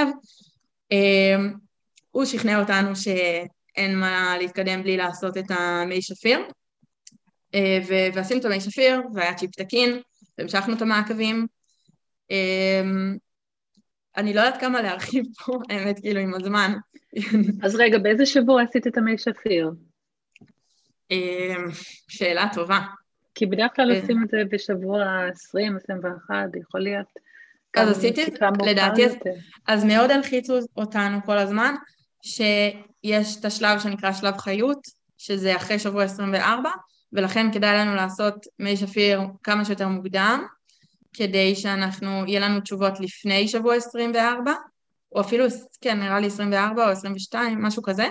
הוא שכנע אותנו שאין מה להתקדם בלי לעשות את המי שפיר, ו- ועשינו את המי שפיר, והיה צ'יפ תקין, והמשכנו את המעקבים. אני לא יודעת כמה להרחיב פה, האמת, כאילו, עם הזמן. אז רגע, באיזה שבוע עשית את המי שפיר? שאלה טובה. כי בדרך כלל עושים את זה בשבוע עשרים, עשרים ואחת, יכול להיות. אז עשיתי, לדעתי, אז מאוד הלחיצו אותנו כל הזמן, שיש את השלב שנקרא שלב חיות, שזה אחרי שבוע עשרים וארבע, ולכן כדאי לנו לעשות מי שפיר כמה שיותר מוקדם, כדי שאנחנו, יהיה לנו תשובות לפני שבוע עשרים וארבע, או אפילו, כן, נראה לי עשרים וארבע או עשרים ושתיים, משהו כזה.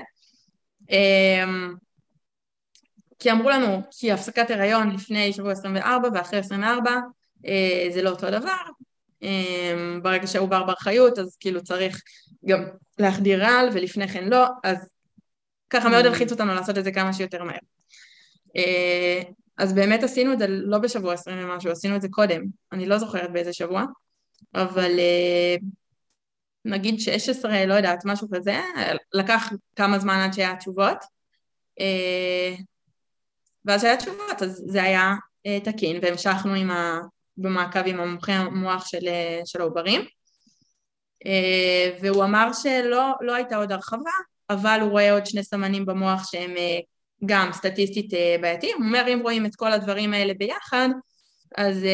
כי אמרו לנו, כי הפסקת הריון לפני שבוע עשרים וארבע ואחרי עשרים וארבע, זה לא אותו דבר. ברגע שהעובר באחריות, אז כאילו צריך גם להחדיר רעל, ולפני כן לא, אז ככה מאוד הלחיץ אותנו לעשות את זה כמה שיותר מהר. אז באמת עשינו את זה לא בשבוע עשרים ומשהו, עשינו את זה קודם, אני לא זוכרת באיזה שבוע, אבל נגיד שש עשרה, לא יודעת, משהו כזה, לקח כמה זמן עד שהיה תשובות, ואז שהיה תשובות, אז זה היה תקין, והמשכנו עם ה... במעקב עם המומחי המוח של, של העוברים, והוא אמר שלא לא הייתה עוד הרחבה, אבל הוא רואה עוד שני סמנים במוח שהם גם סטטיסטית בעייתיים. הוא אומר, אם רואים את כל הדברים האלה ביחד, אז,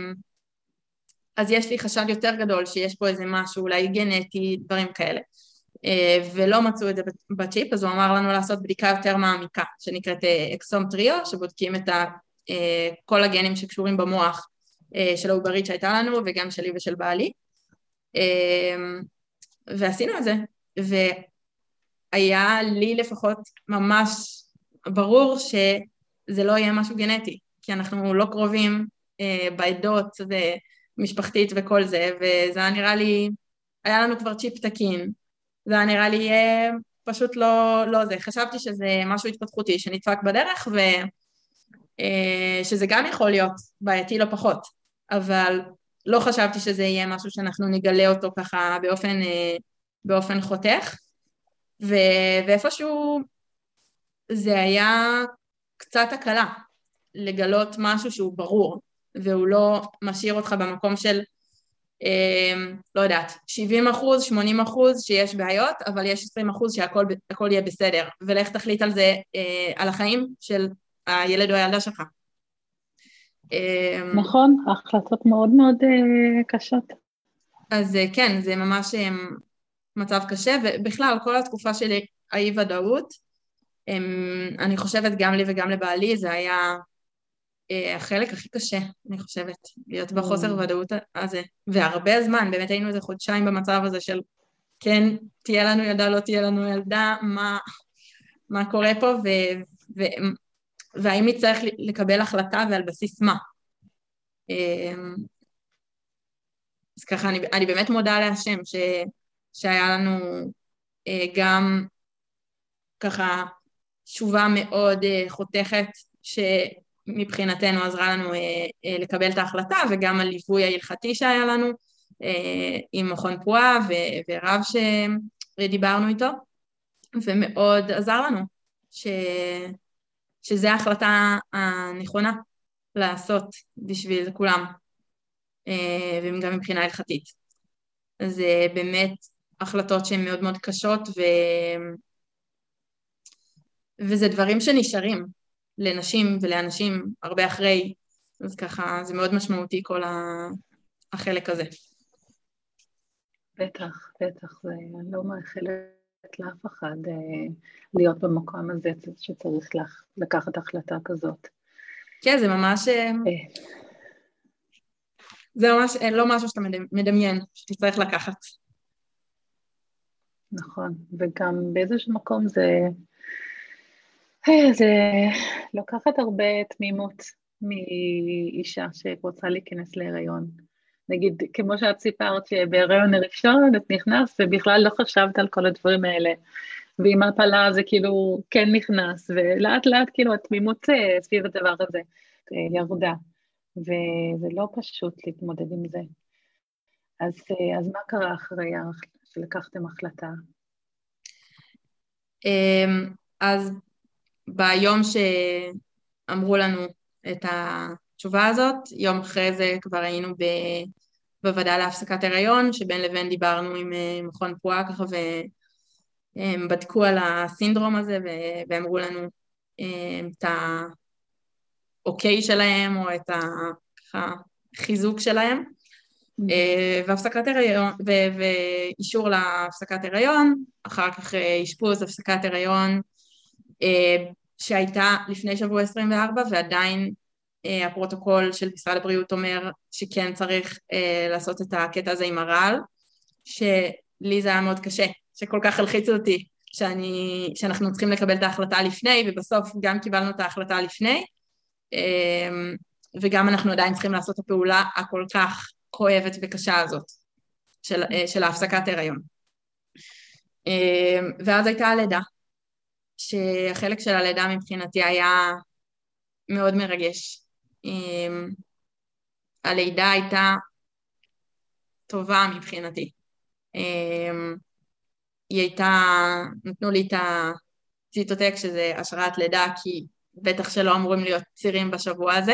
אז יש לי חשד יותר גדול שיש פה איזה משהו, אולי גנטי, דברים כאלה. ולא מצאו את זה בצ'יפ, אז הוא אמר לנו לעשות בדיקה יותר מעמיקה, שנקראת אקסומטריו, שבודקים את כל הגנים שקשורים במוח של העוברית שהייתה לנו, וגם שלי ושל בעלי. ועשינו את זה, והיה לי לפחות ממש ברור שזה לא יהיה משהו גנטי, כי אנחנו לא קרובים בעדות ומשפחתית וכל זה, וזה היה נראה לי, היה לנו כבר צ'יפ תקין, זה היה נראה לי פשוט לא, לא זה. חשבתי שזה משהו התפתחותי שנדפק בדרך, ושזה גם יכול להיות בעייתי לא פחות, אבל לא חשבתי שזה יהיה משהו שאנחנו נגלה אותו ככה באופן, באופן חותך, ו, ואיפשהו זה היה קצת הקלה לגלות משהו שהוא ברור, והוא לא משאיר אותך במקום של, לא יודעת, שבעים אחוז, שמונים אחוז שיש בעיות, אבל יש עשרים אחוז שהכל הכל יהיה בסדר, ולך תחליט על זה, על החיים של הילד או הילדה שלך. נכון, החלטות מאוד מאוד קשות. אז כן, זה ממש מצב קשה, ובכלל כל התקופה של האי ודאות, אני חושבת גם לי וגם לבעלי, זה היה החלק הכי קשה, אני חושבת, להיות בחוסר ודאות הזה, והרבה זמן, באמת היינו איזה חודשיים במצב הזה של, כן, תהיה לנו ילדה, לא תהיה לנו ילדה, מה, מה קורה פה, ו, ו, והאם נצטרך לקבל החלטה ועל בסיס מה. אז ככה, אני, אני באמת מודה להשם ש, שהיה לנו גם ככה תשובה מאוד חותכת, שמבחינתנו עזרה לנו לקבל את ההחלטה, וגם הליווי ההלכתי שהיה לנו עם מכון פועה ורב שדיברנו איתו, ומאוד עזר לנו ש, שזו ההחלטה הנכונה לעשות בשביל כולם, וגם מבחינה הלכתית. אז באמת החלטות שהן מאוד מאוד קשות, ו... וזה דברים שנשארים לנשים ולאנשים הרבה אחרי, אז ככה זה מאוד משמעותי כל החלק הזה. בטח, בטח, זה לא מאחלת לאף אחד להיות במקום הזה שצריך לקחת החלטה כזאת. כן, זה ממש... זה ממש לא משהו שאתה מדמיין, שתצטרך לקחת. נכון, וגם באיזשהו מקום זה, זה לוקחת הרבה תמימות מאישה שרוצה להיכנס להיריון. נגיד, כמו שאת סיפרת שבהיריון הראשון את נכנס, ובכלל לא חשבת על כל הדברים האלה, ועם הפלה זה כאילו כן נכנס, ולאט לאט כאילו התמימות סביב הדבר הזה ירדה. וזה לא פשוט להתמודד עם זה. אז, אז מה קרה אחרי שלקחתם החלטה? אז ביום שאמרו לנו את התשובה הזאת, יום אחרי זה כבר היינו בוועדה להפסקת הריון, שבין לבין דיברנו עם מכון פועה ככה, והם בדקו על הסינדרום הזה, ואמרו לנו את ה... אוקיי שלהם, או את החיזוק שלהם, והפסקת הריון, ואישור להפסקת הריון, אחר כך אשפוז הפסקת הריון, שהייתה לפני שבוע עשרים וארבע, ועדיין הפרוטוקול של משרד הבריאות אומר שכן צריך לעשות את הקטע הזה עם הרעל, שלי זה היה מאוד קשה, שכל כך הלחיצו אותי, שאני, שאנחנו צריכים לקבל את ההחלטה לפני, ובסוף גם קיבלנו את ההחלטה לפני, וגם אנחנו עדיין צריכים לעשות את הפעולה הכל כך כואבת וקשה הזאת, של, של ההפסקת הריון. ואז הייתה הלידה, שהחלק של הלידה מבחינתי היה מאוד מרגש. הלידה הייתה טובה מבחינתי. היא הייתה, נתנו לי את הציטוטק שזה השראת לידה, כי בטח שלא אמורים להיות צירים בשבוע הזה.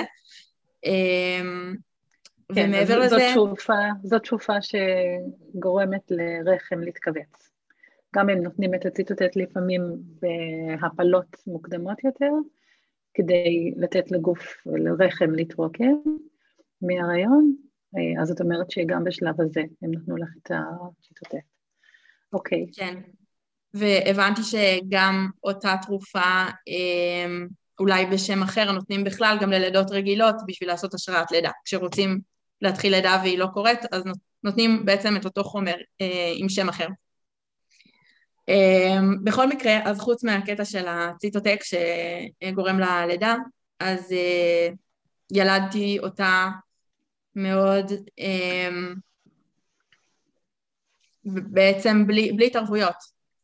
כן, ומעבר זאת לזה... תשופה, זאת תשופה שגורמת לרחם להתכווץ. גם הם נותנים את הציטוטק לפעמים בהפלות מוקדמות יותר, כדי לתת לגוף ולרחם להתרוקן מההיריון, אז זאת אומרת שגם בשלב הזה הם נתנו לך את הציטוטק. אוקיי. כן, והבנתי שגם אותה תרופה, אולי בשם אחר, נותנים בכלל גם ללידות רגילות בשביל לעשות השראת לידה. כשרוצים להתחיל לידה והיא לא קורית, אז נותנים בעצם את אותו חומר עם שם אחר. בכל מקרה, אז חוץ מהקטע של הציטוטק שגורם ללידה, אז ילדתי אותה מאוד, בעצם בלי, בלי התערבויות,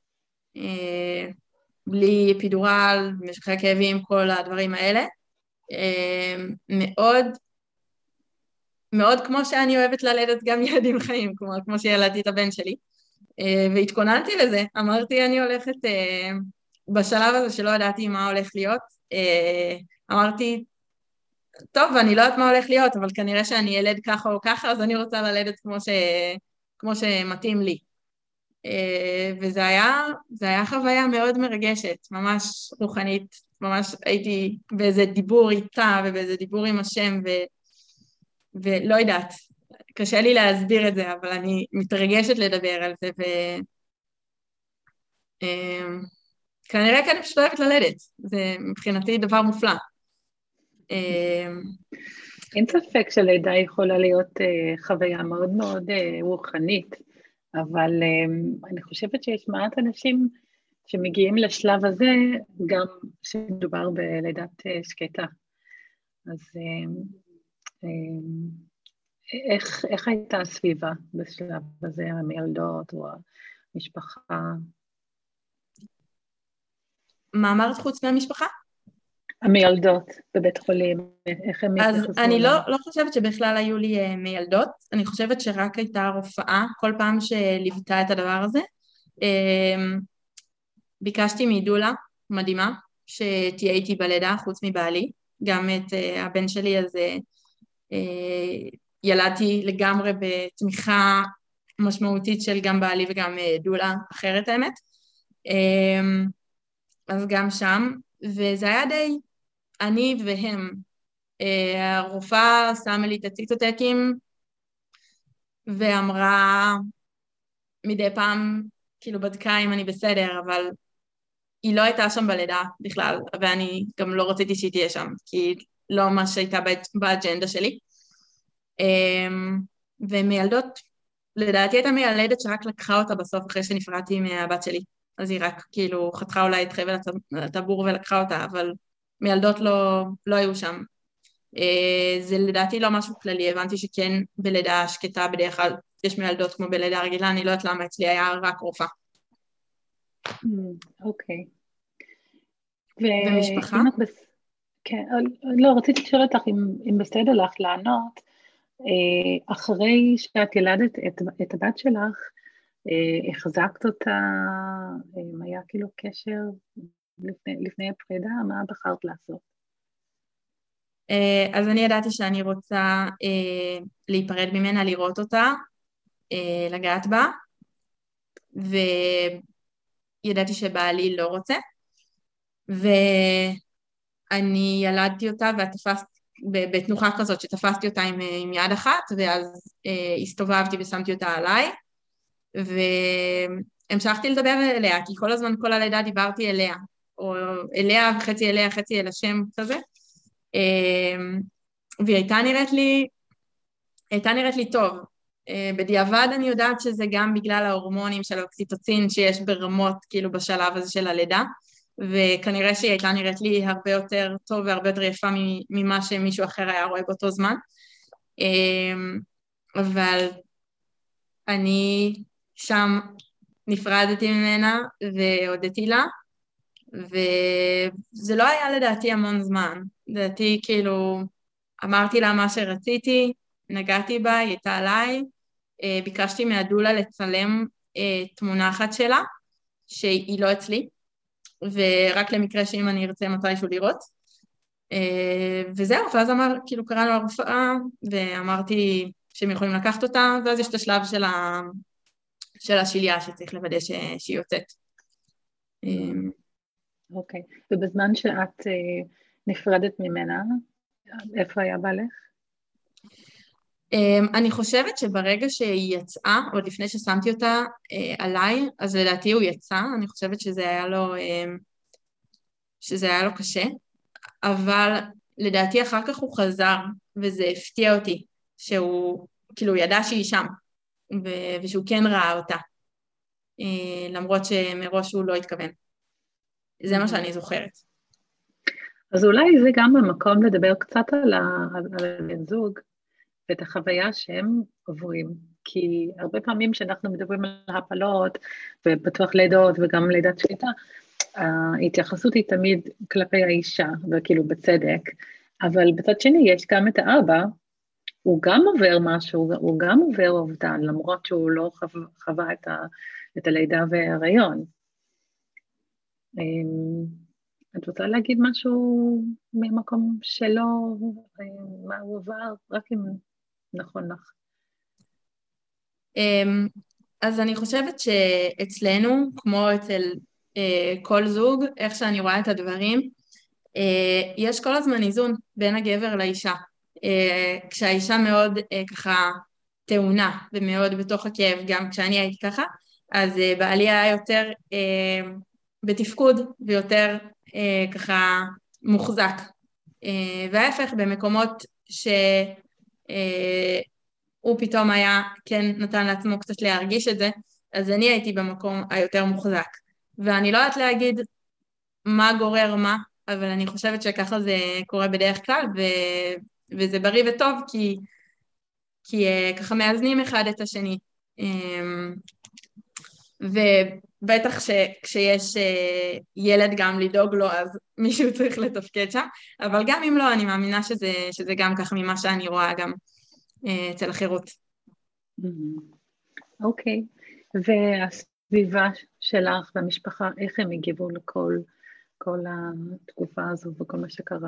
בלי אפידורל, משככי כאבים, כל הדברים האלה, מאוד, מאוד כמו שאני אוהבת ללדת גם ילדים חיים, כמו, כמו שילדתי את הבן שלי, והתכוננתי לזה, אמרתי אני הולכת, בשלב הזה שלא ידעתי מה הולך להיות, אמרתי, טוב, אני לא יודעת מה הולך להיות, אבל כנראה שאני ילד ככה או ככה, אז אני רוצה ללדת כמו, ש... כמו שמתאים לי. וזה היה, זה היה חוויה מאוד מרגשת, ממש רוחנית, ממש הייתי באיזה דיבור איתה ובאיזה דיבור עם השם, ו... ולא יודעת, קשה לי להסביר את זה, אבל אני מתרגשת לדבר על זה, וכנראה כאן פשוט אוהבת ללדת, זה מבחינתי דבר מופלא. אין ספק שלידה יכולה להיות חוויה מאוד מאוד רוחנית, אבל אני חושבת שיש מעט אנשים שמגיעים לשלב הזה, גם שמדובר בלידת שקטה. אז איך, איך הייתה הסביבה בשלב הזה, המילדות או המשפחה? מה אמרת חוץ מהמשפחה? המילדות בבית חולים, איך הם התייחסו? אז אני לא, לא חושבת שבכלל היו לי מילדות, אני חושבת שרק הייתה רופאה כל פעם שליוותה את הדבר הזה. ביקשתי מדולה מדהימה שתהיה איתי בלידה חוץ מבעלי, גם את הבן שלי, אז ילדתי לגמרי בתמיכה משמעותית של גם בעלי וגם דולה אחרת האמת. אז גם שם, וזה היה די אני והם. הרופאה שמה לי את הציטוטקים ואמרה מדי פעם, כאילו בדקה אם אני בסדר, אבל היא לא הייתה שם בלידה בכלל, ואני גם לא רציתי שהיא תהיה שם, כי לא מה שהייתה באג'נדה שלי. ומילדות, לדעתי הייתה מילדת שרק לקחה אותה בסוף אחרי שנפרדתי מהבת שלי, אז היא רק כאילו חתכה אולי את חבל הטבור ולקחה אותה, אבל מילדות לא, לא היו שם. זה לדעתי לא משהו כללי, הבנתי שכן בלידה שקטה בדרך כלל יש מילדות כמו בלידה רגילה, אני לא יודעת למה אצלי היה רק רופאה. אוקיי. ומשפחה? כן, לא, רציתי לשאול אותך אם בסדר לך לענות, אחרי שאת ילדת את הבת שלך, החזקת אותה, היה כאילו קשר לפני הפרידה, מה בחרת לעשות? אז אני ידעתי שאני רוצה להיפרד ממנה, לראות אותה, לגעת בה, וידעתי שבעלי לא רוצה, ואני ילדתי אותה ותפסתי, בתנוחה כזאת שתפסתי אותה עם, עם יד אחת, ואז הסתובבתי ושמתי אותה עליי, והמשכתי לדבר אליה, כי כל הזמן כל הלידה דיברתי אליה, או אליה, חצי אליה, חצי אל השם כזה, והיא הייתה נראית לי, הייתה נראית לי טוב. בדיעבד אני יודעת שזה גם בגלל ההורמונים של האוקסיטוצין שיש ברמות כאילו בשלב הזה של הלידה, וכנראה שהיא הייתה נראית לי הרבה יותר טוב והרבה יותר יפה ממה שמישהו אחר היה רואה באותו זמן. אבל אני שם נפרדתי ממנה והודיתי לה, וזה לא היה לדעתי המון זמן. לדעתי כאילו אמרתי לה מה שרציתי, נגעתי בה, היא הייתה עליי, ביקשתי מהדולה לצלם תמונה אחת שלה, שהיא לא אצלי, ורק למקרה שאם אני ארצה מתישהו לראות. וזהו, ואז אמר, כאילו קראנו הרופאה, ואמרתי שהם יכולים לקחת אותה, ואז יש את השלב של, ה... של השיליה שצריך לוודא ש... שהיא יוצאת. אוקיי, okay. ובזמן שאת uh, נפרדת ממנה, איפה היה בעלך? Um, אני חושבת שברגע שהיא יצאה, עוד לפני ששמתי אותה uh, עליי, אז לדעתי הוא יצא, אני חושבת שזה היה לו, um, שזה היה לו קשה, אבל לדעתי אחר כך הוא חזר, וזה הפתיע אותי, שהוא כאילו ידע שהיא שם, ו- ושהוא כן ראה אותה, uh, למרות שמראש הוא לא התכוון. זה מה שאני זוכרת. אז אולי זה גם המקום לדבר קצת על הבן זוג, ואת החוויה שהם עוברים, כי הרבה פעמים שאנחנו מדברים על הפלות, ובטוח לידות וגם לידת שליטה, ההתייחסות היא תמיד כלפי האישה, וכאילו בצדק, אבל בצד שני יש גם את האבא, הוא גם עובר משהו, הוא גם עובר אובדן, למרות שהוא לא חווה, חווה את, ה, את הלידה וההיריון. את רוצה להגיד משהו ממקום שלו, מה הוא עבר, רק אם נכון לך. אז אני חושבת שאצלנו, כמו אצל כל זוג, איך שאני רואה את הדברים, יש כל הזמן איזון בין הגבר לאישה. כשהאישה מאוד ככה תאונה ומאוד בתוך הכאב, גם כשאני הייתי ככה, אז בעלי היה יותר בתפקוד ויותר ככה מוחזק. וההפך, במקומות שהוא פתאום היה, כן נתן לעצמו קצת להרגיש את זה, אז אני הייתי במקום היותר מוחזק. ואני לא יודעת להגיד מה גורר מה, אבל אני חושבת שככה זה קורה בדרך כלל, ו... וזה בריא וטוב, כי, כי ככה מאזנים אחד את השני. ובטח שכשיש ילד גם לדאוג לו, אז מישהו צריך לתפקד שם, אבל גם אם לא, אני מאמינה שזה, שזה גם ככה ממה שאני רואה גם אצל אחרות. אוקיי, והסביבה שלך והמשפחה, איך הם הגיבו לכל כל התקופה הזו וכל מה שקרה?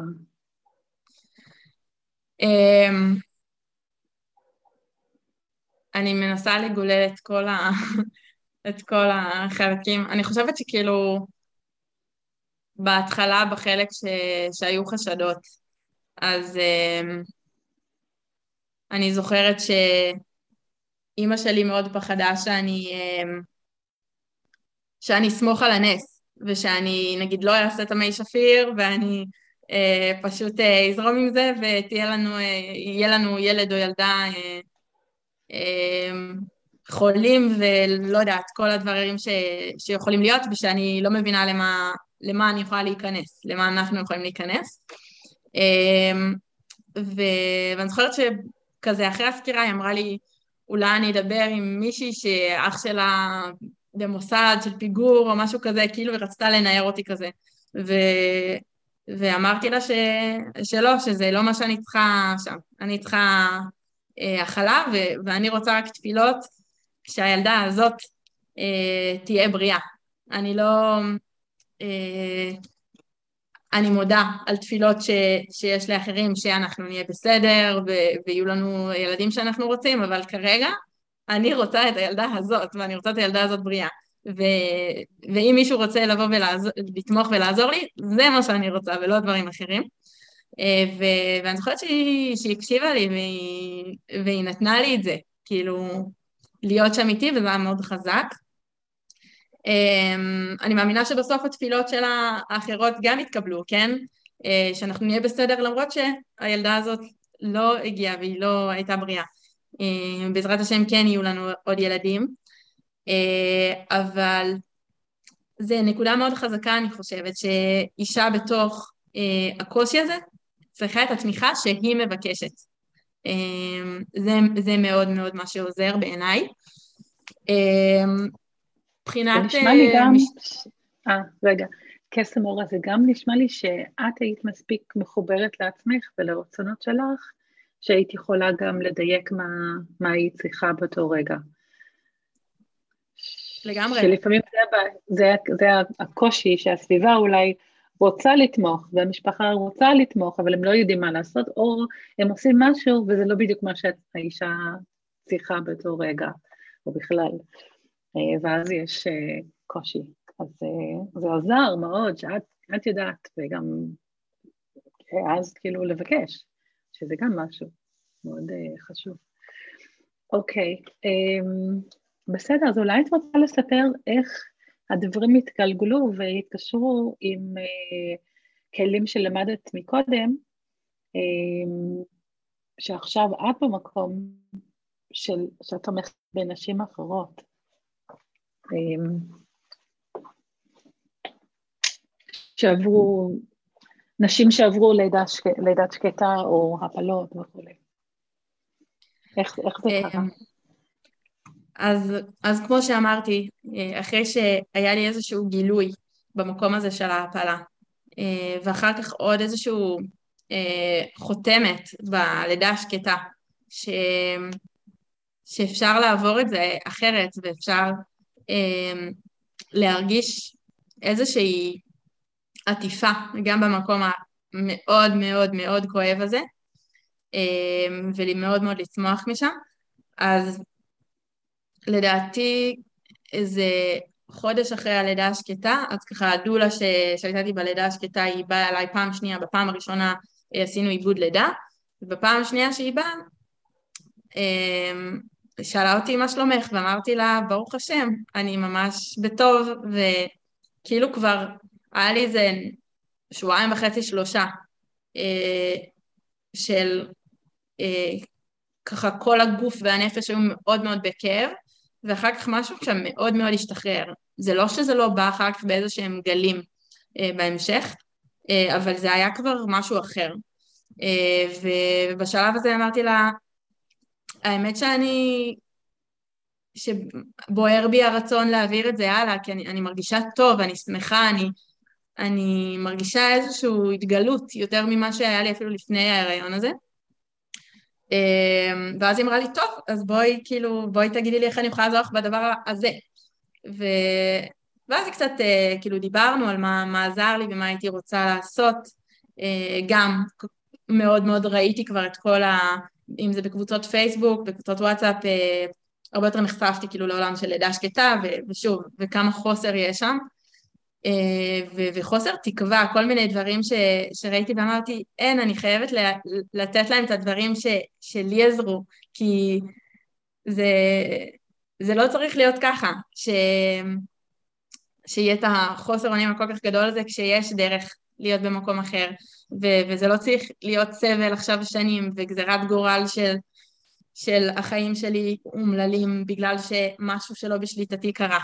אני מנסה לגולל את כל ה... את כל החלקים. אני חושבת שכאילו בהתחלה בחלק ש... שהיו חשדות, אז um, אני זוכרת שאימא שלי מאוד פחדה שאני, um, שאני אסמוך על הנס, ושאני נגיד לא אעשה את המי שפיר, ואני uh, פשוט uh, אזרום עם זה, ותהיה לנו, uh, יהיה לנו ילד או ילדה uh, uh, חולים ולא יודעת, כל הדברים ש... שיכולים להיות, ושאני לא מבינה למה, למה אני יכולה להיכנס, למה אנחנו יכולים להיכנס. ו... ואני זוכרת שכזה אחרי הסקירה היא אמרה לי, אולי אני אדבר עם מישהי שאח שלה במוסד של פיגור או משהו כזה, כאילו היא רצתה לנער אותי כזה. ו... ואמרתי לה ש... שלא, שזה לא מה שאני צריכה שם. אני צריכה אה, הכלה, ו... ואני רוצה רק תפילות, שהילדה הזאת אה, תהיה בריאה. אני לא... אה, אני מודה על תפילות ש, שיש לאחרים שאנחנו נהיה בסדר ו- ויהיו לנו ילדים שאנחנו רוצים, אבל כרגע אני רוצה את הילדה הזאת, ואני רוצה את הילדה הזאת בריאה. ו- ואם מישהו רוצה לבוא ולתמוך ולעזור לי, זה מה שאני רוצה ולא דברים אחרים. אה, ו- ואני זוכרת שהיא, שהיא הקשיבה לי והיא, והיא נתנה לי את זה, כאילו... להיות שם איתי, וזה היה מאוד חזק. אני מאמינה שבסוף התפילות של האחרות גם התקבלו, כן? שאנחנו נהיה בסדר, למרות שהילדה הזאת לא הגיעה והיא לא הייתה בריאה. בעזרת השם כן יהיו לנו עוד ילדים, אבל זה נקודה מאוד חזקה, אני חושבת, שאישה בתוך הקושי הזה צריכה את התמיכה שהיא מבקשת. זה, זה מאוד מאוד מה שעוזר בעיניי. זה נשמע לי גם, אה, רגע, קסם אורה, זה גם נשמע לי שאת היית מספיק מחוברת לעצמך ולרצונות שלך, שהיית יכולה גם לדייק מה, מה היא צריכה באותו רגע. לגמרי. שלפעמים זה, זה, זה הקושי שהסביבה אולי רוצה לתמוך, והמשפחה רוצה לתמוך, אבל הם לא יודעים מה לעשות, או הם עושים משהו, וזה לא בדיוק מה שהאישה צריכה באותו רגע, או בכלל. ואז יש קושי. אז זה עוזר מאוד, שאת את יודעת, וגם אז כאילו לבקש, שזה גם משהו מאוד חשוב. אוקיי, בסדר, אז אולי את רוצה לספר איך הדברים התגלגלו והתקשרו עם כלים שלמדת מקודם, שעכשיו את במקום של, שאת תומכת בנשים אחרות. שעברו, נשים שעברו לידה, לידת שקטה או הפלות וכו'. איך, איך זה קרה? אז, אז כמו שאמרתי, אחרי שהיה לי איזשהו גילוי במקום הזה של ההפלה, ואחר כך עוד איזשהו חותמת בלידה השקטה, ש... שאפשר לעבור את זה אחרת, ואפשר להרגיש איזושהי עטיפה, גם במקום המאוד מאוד מאוד כואב הזה, ולי מאוד מאוד לצמוח משם. אז לדעתי איזה חודש אחרי הלידה השקטה, אז ככה הדולה שהייתה לי בלידה השקטה, היא באה אליי פעם שנייה, בפעם הראשונה עשינו עיבוד לידה, ובפעם השנייה שהיא באה, שאלה אותי מה שלומך, ואמרתי לה, ברוך השם, אני ממש בטוב, וכאילו כבר היה לי איזה שבועיים וחצי שלושה, של ככה כל הגוף והנפש היו מאוד מאוד בכאב, ואחר כך משהו שם מאוד מאוד השתחרר. זה לא שזה לא בא אחר כך באיזה שהם גלים בהמשך, אבל זה היה כבר משהו אחר. ובשלב הזה אמרתי לה, האמת שאני, שבוער בי הרצון להעביר את זה הלאה, כי אני, אני מרגישה טוב, אני שמחה, אני, אני מרגישה איזושהי התגלות יותר ממה שהיה לי אפילו לפני ההיריון הזה. ואז היא אמרה לי, טוב, אז בואי, כאילו, בואי תגידי לי איך אני יכולה לעזור לך בדבר הזה. ו... ואז קצת, כאילו, דיברנו על מה, מה עזר לי ומה הייתי רוצה לעשות. גם מאוד מאוד ראיתי כבר את כל ה... אם זה בקבוצות פייסבוק, בקבוצות וואטסאפ, הרבה יותר נחשפתי כאילו לעולם של לידה שקטה, ו... ושוב, וכמה חוסר יש שם. ו- וחוסר תקווה, כל מיני דברים ש- שראיתי ואמרתי, אין, אני חייבת לתת להם את הדברים ש- שלי עזרו, כי זה, זה לא צריך להיות ככה, ש- שיהיה את החוסר אונים הכל כך גדול הזה, כשיש דרך להיות במקום אחר, ו- וזה לא צריך להיות סבל עכשיו שנים, וגזירת גורל של, של החיים שלי אומללים, בגלל שמשהו שלא בשליטתי קרה.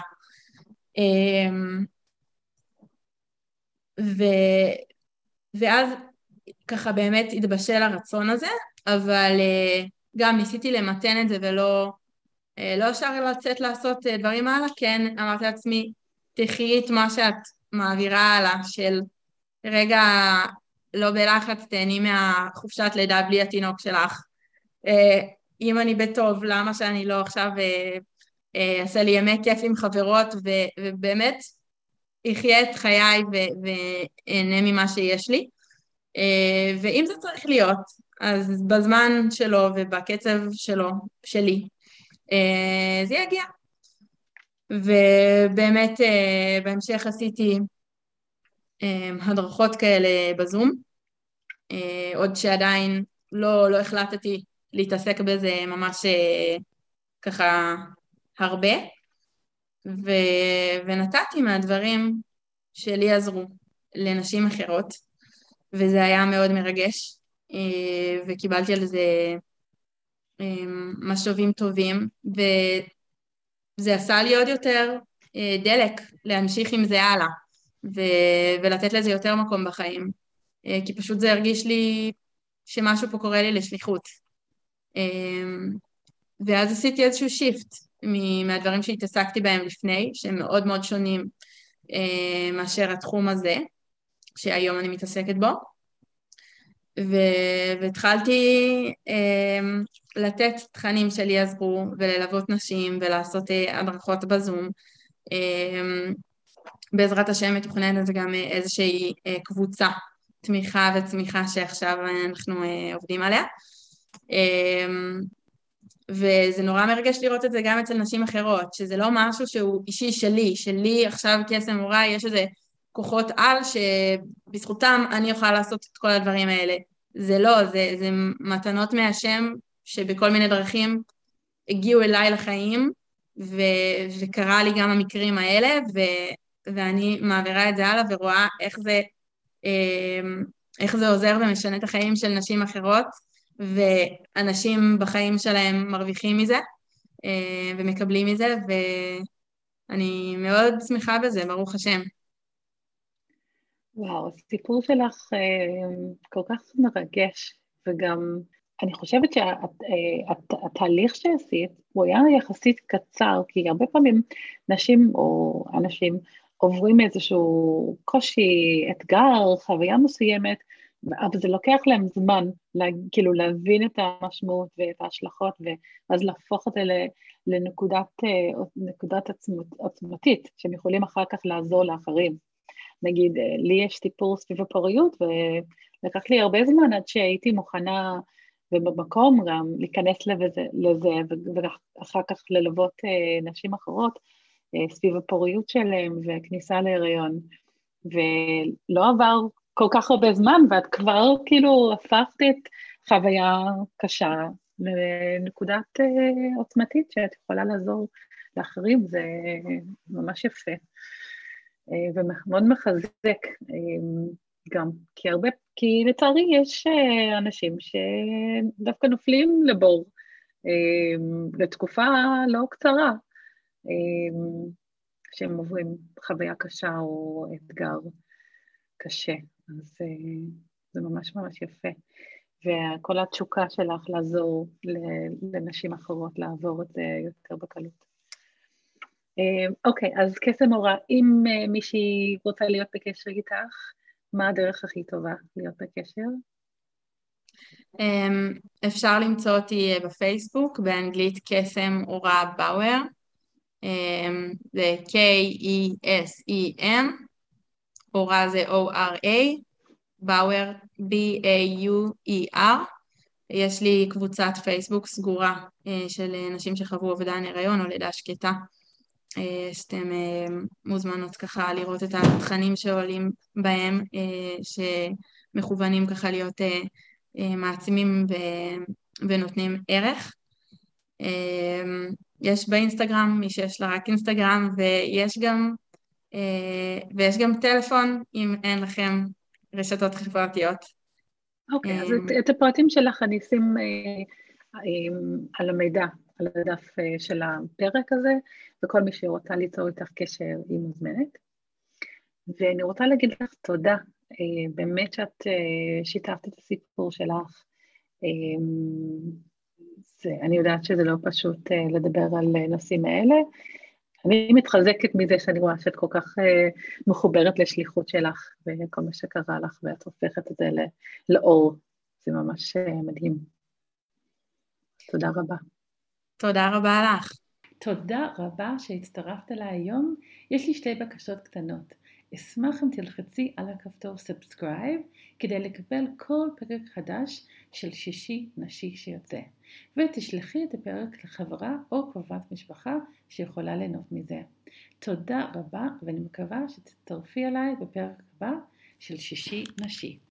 ו... ואז ככה באמת התבשל הרצון הזה, אבל uh, גם ניסיתי למתן את זה ולא uh, לא אפשר לצאת לעשות uh, דברים הלאה, כן אמרתי לעצמי, תחי את מה שאת מעבירה הלאה, של רגע לא בלחץ, תהני מהחופשת לידה בלי התינוק שלך. Uh, אם אני בטוב, למה שאני לא עכשיו uh, uh, אעשה לי ימי כיף עם חברות, ו- ובאמת, יחיה את חיי ואהנה ממה שיש לי, ואם זה צריך להיות, אז בזמן שלו ובקצב שלו, שלי, זה יגיע. ובאמת בהמשך עשיתי הדרכות כאלה בזום, עוד שעדיין לא, לא החלטתי להתעסק בזה ממש ככה הרבה, ו... ונתתי מהדברים שלי עזרו לנשים אחרות, וזה היה מאוד מרגש, וקיבלתי על זה משובים טובים, וזה עשה לי עוד יותר דלק להמשיך עם זה הלאה, ו- ולתת לזה יותר מקום בחיים, כי פשוט זה הרגיש לי שמשהו פה קורה לי לשליחות. ואז עשיתי איזשהו שיפט מהדברים שהתעסקתי בהם לפני, שהם מאוד מאוד שונים מאשר התחום הזה, שהיום אני מתעסקת בו, ו- והתחלתי לתת תכנים שלי עזרו, וללוות נשים, ולעשות הדרכות בזום. בעזרת השם מתוכננת זה גם איזושהי קבוצה תמיכה וצמיחה שעכשיו אנחנו עובדים עליה. וזה נורא מרגש לראות את זה גם אצל נשים אחרות, שזה לא משהו שהוא אישי שלי, שלי עכשיו קסם אורה, יש איזה כוחות על שבזכותם אני יכולה לעשות את כל הדברים האלה. זה לא, זה, זה מתנות מהשם שבכל מיני דרכים הגיעו אליי לחיים, ו, וקרה לי גם המקרים האלה, ו, ואני מעבירה את זה הלאה ורואה איך זה, איך זה עוזר ומשנה את החיים של נשים אחרות, ואנשים בחיים שלהם מרוויחים מזה, ומקבלים מזה, ואני מאוד שמחה בזה, ברוך השם. וואו, הסיפור שלך כל כך מרגש, וגם אני חושבת שהתהליך שעשית, הוא היה יחסית קצר, כי הרבה פעמים נשים או אנשים עוברים איזשהו קושי, אתגר, חוויה מסוימת, אבל זה לוקח להם זמן, כאילו להבין את המשמעות ואת ההשלכות, ואז להפוך את זה לנקודת נקודת עוצמתית, שהם יכולים אחר כך לעזור לאחרים. נגיד, לי יש סיפור סביב הפוריות, ולקח לי הרבה זמן עד שהייתי מוכנה, ובמקום גם להיכנס לזה, ואחר כך ללוות נשים אחרות, סביב הפוריות שלהם, וכניסה להיריון. ולא עבר כל כך הרבה זמן, ואת כבר כאילו הפכת את חוויה קשה, לנקודת עוצמתית, שאת יכולה לעזור לאחרים, זה ממש יפה. ומאוד מחזק גם, כי הרבה, כי לצערי יש אנשים שדווקא נופלים לבור, לתקופה לא קצרה, שהם עוברים חוויה קשה או אתגר קשה, אז זה ממש ממש יפה. וכל התשוקה שלך לעזור לנשים אחרות, לעבור את זה יותר בקלות. אוקיי, אז קסם אורה, אם מישהי רוצה להיות בקשר איתך, מה הדרך הכי טובה להיות בקשר? אפשר למצוא אותי בפייסבוק, באנגלית קסם אורה באואר, זה K-E-S-E-M, אורה זה O-R-A, באואר, B-A-U-E-R, יש לי קבוצת פייסבוק סגורה של נשים שחוו אובדן הריון או לידה שקטה, שאתם מוזמנות ככה לראות את התכנים שעולים בהם, שמכוונים ככה להיות מעצימים ונותנים ערך. יש באינסטגרם, מי שיש לה רק אינסטגרם, ויש גם, ויש גם טלפון אם אין לכם רשתות חברתיות. אוקיי, אז את הפרטים שלך אני אשים על המידע, על הדף של הפרק הזה, וכל מי שרוצה ליצור איתך קשר היא מוזמנת. ואני רוצה להגיד לך תודה, באמת שאת שיתפת את הסיפור שלך. זה, אני יודעת שזה לא פשוט לדבר על נושאים האלה. אני מתחזקת מזה שאני רואה שאת כל כך מחוברת לשליחות שלך, וכל מה שקרה לך, ואת הופכת את זה לאור. זה ממש מדהים. תודה רבה. תודה רבה לך. תודה רבה שהצטרפת אליי היום. יש לי שתי בקשות קטנות. אשמח אם תלחצי על הכפתור סאבסקרייב כדי לקבל כל פרק חדש של שישי נשי שיוצא. ותשלחי את הפרק לחברה או קרובת משפחה שיכולה ליהנות מזה. תודה רבה ואני מקווה שתצטרפי אליי בפרק הבא של שישי נשי.